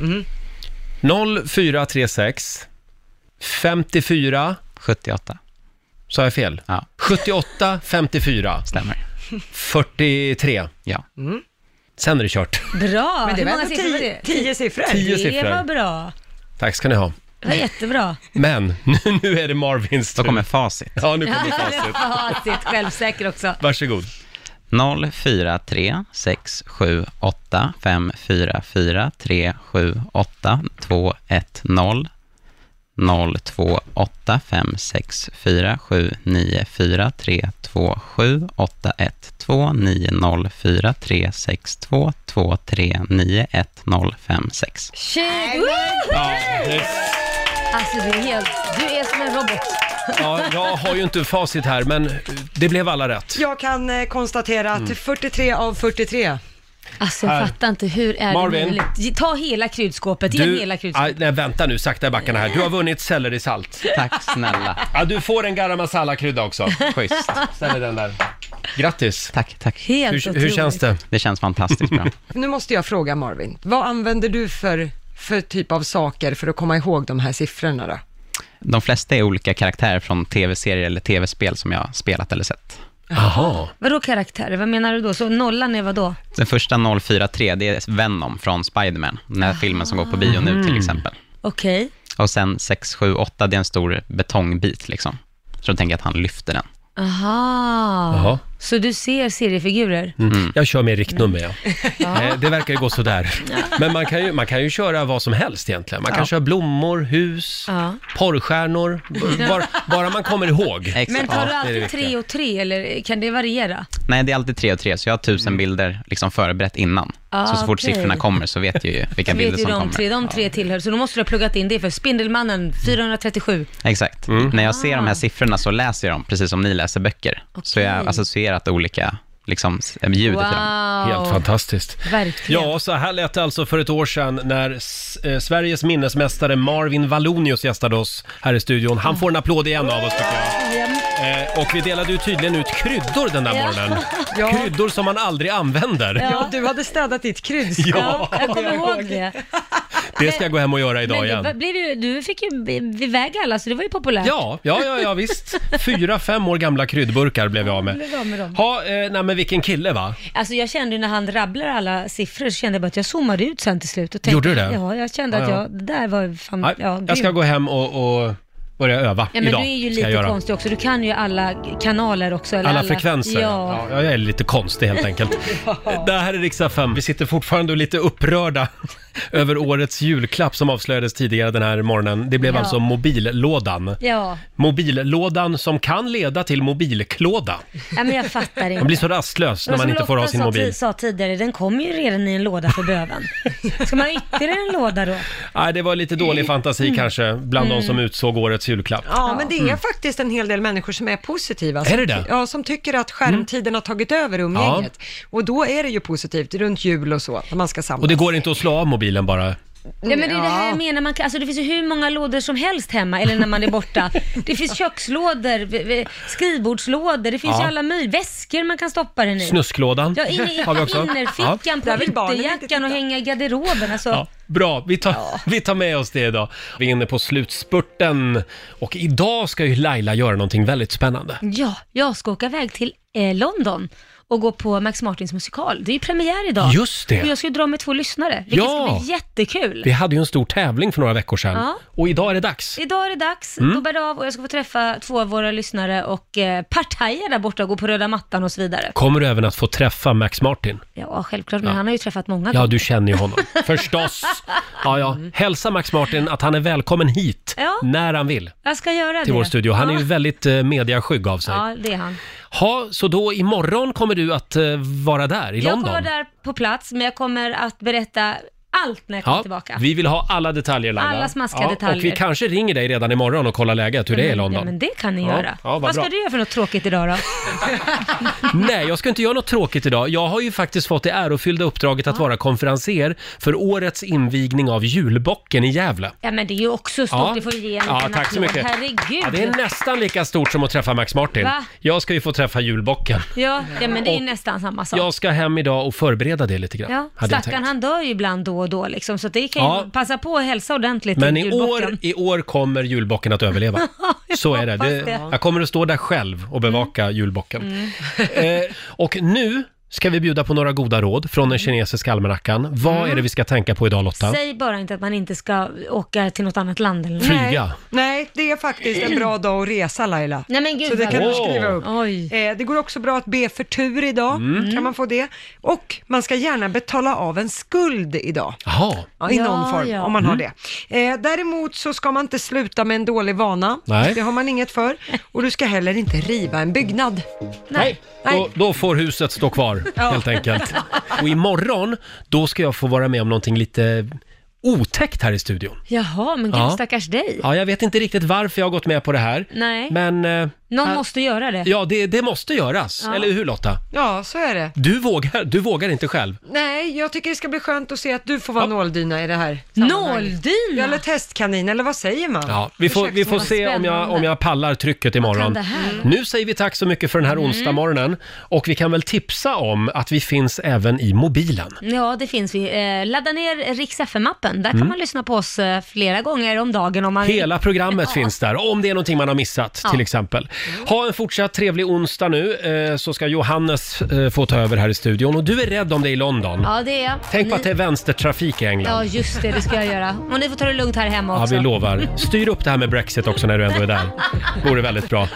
0436 54 78. Så jag fel? Ja. 78 54. Stämmer. 43. Ja. Sen är det kört. Bra. Men det var ändå 10 siffror. 10 siffror. Det var bra. Tack ska ni ha. Det var jättebra. Men nu är det Marvins tur. Då kommer facit. Ja, nu kommer facit. Facit, självsäker också. Varsågod. 043 678 544 378 210 028 564 794 327 81 290 436 22391 Shit! Ja, Alltså det är helt... Du är som en robot. Ja, jag har ju inte facit här, men det blev alla rätt. Jag kan konstatera att 43 av 43. Alltså jag fattar inte, hur är Marvin, det möjligt? Ta hela kryddskåpet, ge hela kryddskåpet. Nej, vänta nu, sakta i backarna här. Du har vunnit sellerisalt. Tack snälla. Ja, du får en garam masala-krydda också. Schysst. Ställ den där. Grattis. Tack. Hur känns det? Det känns fantastiskt bra. Nu måste jag fråga Marvin, vad använder du för typ av saker för att komma ihåg de här siffrorna då? De flesta är olika karaktärer från tv-serier eller tv-spel som jag har spelat eller sett. Jaha. Vadå karaktärer? Vad menar du då? Så nollan är vad då? Den första 043, det är Venom från Spider-Man. Den här filmen som går på bio nu till exempel. Okej. Och sen 678, det är en stor betongbit liksom. Så då tänker jag att han lyfter den. Aha. Så du ser seriefigurer? Jag kör med riktnummer, det verkar ju gå sådär. Men man kan ju köra vad som helst egentligen. Man kan köra blommor, hus, porrstjärnor, bara man kommer ihåg. Men tar du alltid 3 och 3 eller kan det variera? Nej, det är alltid 3 och 3, så jag har 1000 bilder liksom förberett innan. Så fort siffrorna kommer så vet jag ju vilka bilder som kommer. De tre tillhör, så då måste du ha pluggat in det för Spindelmannen 437. Exakt. När jag ser de här siffrorna så läser jag dem precis som ni läser böcker. Så jag associerat olika liksom ljudet i den. Helt fantastiskt. Verkligen. Ja, så här lät det alltså för ett år sedan när Sveriges minnesmästare Marvin Vallonius gästade oss här i studion. Han får en applåd igen av oss, tycker jag. Och vi delade ju tydligen ut kryddor den där morgonen. Ja. Kryddor som man aldrig använder. Ja, du hade städat ditt kryddskåp. Ja. Jag kommer ihåg det. Det ska jag gå hem och göra idag igen. Du fick ju iväg alla, så det var ju populärt. Ja, visst. 4-5 år gamla kryddburkar blev jag med. Nej men vilken kille, va? Alltså jag kände när han rabblar alla siffror, så kände jag bara att jag zoomade ut sen till slut. Och tänkte, gjorde du det? Ja, jag kände att det där var fan... Nej, jag ska gå hem och börja öva men idag. Du är ju lite konstig också. Du kan ju alla kanaler också. Eller alla frekvenser. Ja, jag är lite konstig helt enkelt. Det här är Rix FM. Vi sitter fortfarande lite upprörda över årets julklapp som avslöjades tidigare den här morgonen. Det blev alltså mobillådan. Ja. Mobillådan som kan leda till mobilklåda. Ja, men jag fattar inte. Man blir så rastlös när man inte får ha sin mobil. Som sa tidigare, den kommer ju redan i en låda för böven. Ska man ha ytterligare en låda då? Nej, det var lite dålig fantasi kanske bland de som utsåg årets julklapp. Ja, men det är faktiskt en hel del människor som är positiva. Är det det? Ja, som tycker att skärmtiden har tagit över umgänget. Och då är det ju positivt runt jul och så, när man ska samlas. Och det går inte att slå av mobilen bara? Ja, men det är det här jag menar, alltså det finns ju hur många lådor som helst hemma, eller när man är borta. Det finns kökslådor, skrivbordslådor, det finns ju alla möjliga väskor man kan stoppa den i. Snusklådan har vi också. Innerfickan på ytterjackan och hänga i garderoben. Alltså. Ja, bra, vi tar med oss det idag. Vi är inne på slutspurten och idag ska ju Laila göra någonting väldigt spännande. Ja, jag ska åka iväg till London och gå på Max Martins musikal. Det är ju premiär idag. Just det. Och jag ska ju dra med 2 lyssnare, vilket ska bli jättekul. Vi hade ju en stor tävling för några veckor sedan. Ja. Och idag är det dags. Idag är det dags. Då bär det av och jag ska få träffa 2 av våra lyssnare och partajer där borta och gå på röda mattan och så vidare. Kommer du även att få träffa Max Martin? Ja, självklart. Men han har ju träffat många gånger. Ja, du känner ju honom. Förstås. Ja. Hälsa Max Martin att han är välkommen hit när han vill. Jag ska göra till vår studio. Han är ju väldigt mediaskygg av sig. Ja, det är han. Så då imorgon kommer du att vara där i London? Jag kommer vara där på plats, men jag kommer att berätta allt när jag kommer tillbaka. Vi vill ha alla detaljer, Laila. Alla smaskiga detaljer. Och vi kanske ringer dig redan imorgon och kollar läget hur det är i London. Ja, men det kan ni göra. Vad ska du göra för något tråkigt idag då? Nej, jag ska inte göra något tråkigt idag. Jag har ju faktiskt fått det ärofyllda uppdraget att vara konferenser för årets invigning av julbocken i Gävle. Ja, men det är ju också stort. Det får vi ge en tack så mycket. Herregud. Ja, det är nästan lika stort som att träffa Max Martin. Va? Jag ska ju få träffa julbocken. Ja, men det är nästan samma sak. Jag ska hem idag och förbereda det lite grann. Ja, stackarn, han dör ju ibland då och då liksom, så det kan ju passa på att hälsa ordentligt. Men i år kommer julbocken att överleva. Så är det. Jag kommer att stå där själv och bevaka julbocken. Och nu ska vi bjuda på några goda råd från den kinesiska almanackan. Vad är det vi ska tänka på idag, Lotta? Säg bara inte att man inte ska åka till något annat land eller flyga. Nej, det är faktiskt en bra dag att resa, Laila. Nej, men gud, så det kan du skriva upp. Oj. Det går också bra att be för tur idag. Kan man få det. Och man ska gärna betala av en skuld idag. Jaha. Ja, i någon form, om man har det. Däremot så ska man inte sluta med en dålig vana. Nej. Det har man inget för. Och du ska heller inte riva en byggnad. Nej. Då får huset stå kvar, helt enkelt. Och imorgon, då ska jag få vara med om någonting lite otäckt här i studion. Jaha, men gud, stackars dig. Ja, jag vet inte riktigt varför jag har gått med på det här. Nej. Men... Någon måste göra det. Ja, det måste göras. Eller hur, Lotta? Ja, så är det. Du vågar inte själv. Nej, jag tycker det ska bli skönt att se att du får vara nåldyna i det här. Nåldyna? Eller testkanin, eller vad säger man? Ja, vi får se om jag pallar trycket imorgon. Nu säger vi tack så mycket för den här onsdag morgonen. Och vi kan väl tipsa om att vi finns även i mobilen. Ja, det finns vi. Ladda ner Rix FM-appen. Där kan man lyssna på oss flera gånger om dagen. Om man Hela programmet finns där. Om det är någonting man har missat, till exempel. Ha en fortsatt trevlig onsdag nu, så ska Johannes få ta över här i studion. Och du är rädd om det i London. Ja, det är jag. Tänk på att det är vänstertrafik i England. Ja, just det ska jag göra. Och ni får ta det lugnt här hemma också. Ja, vi lovar. Styr upp det här med Brexit också när du ändå är där. Det vore väldigt bra.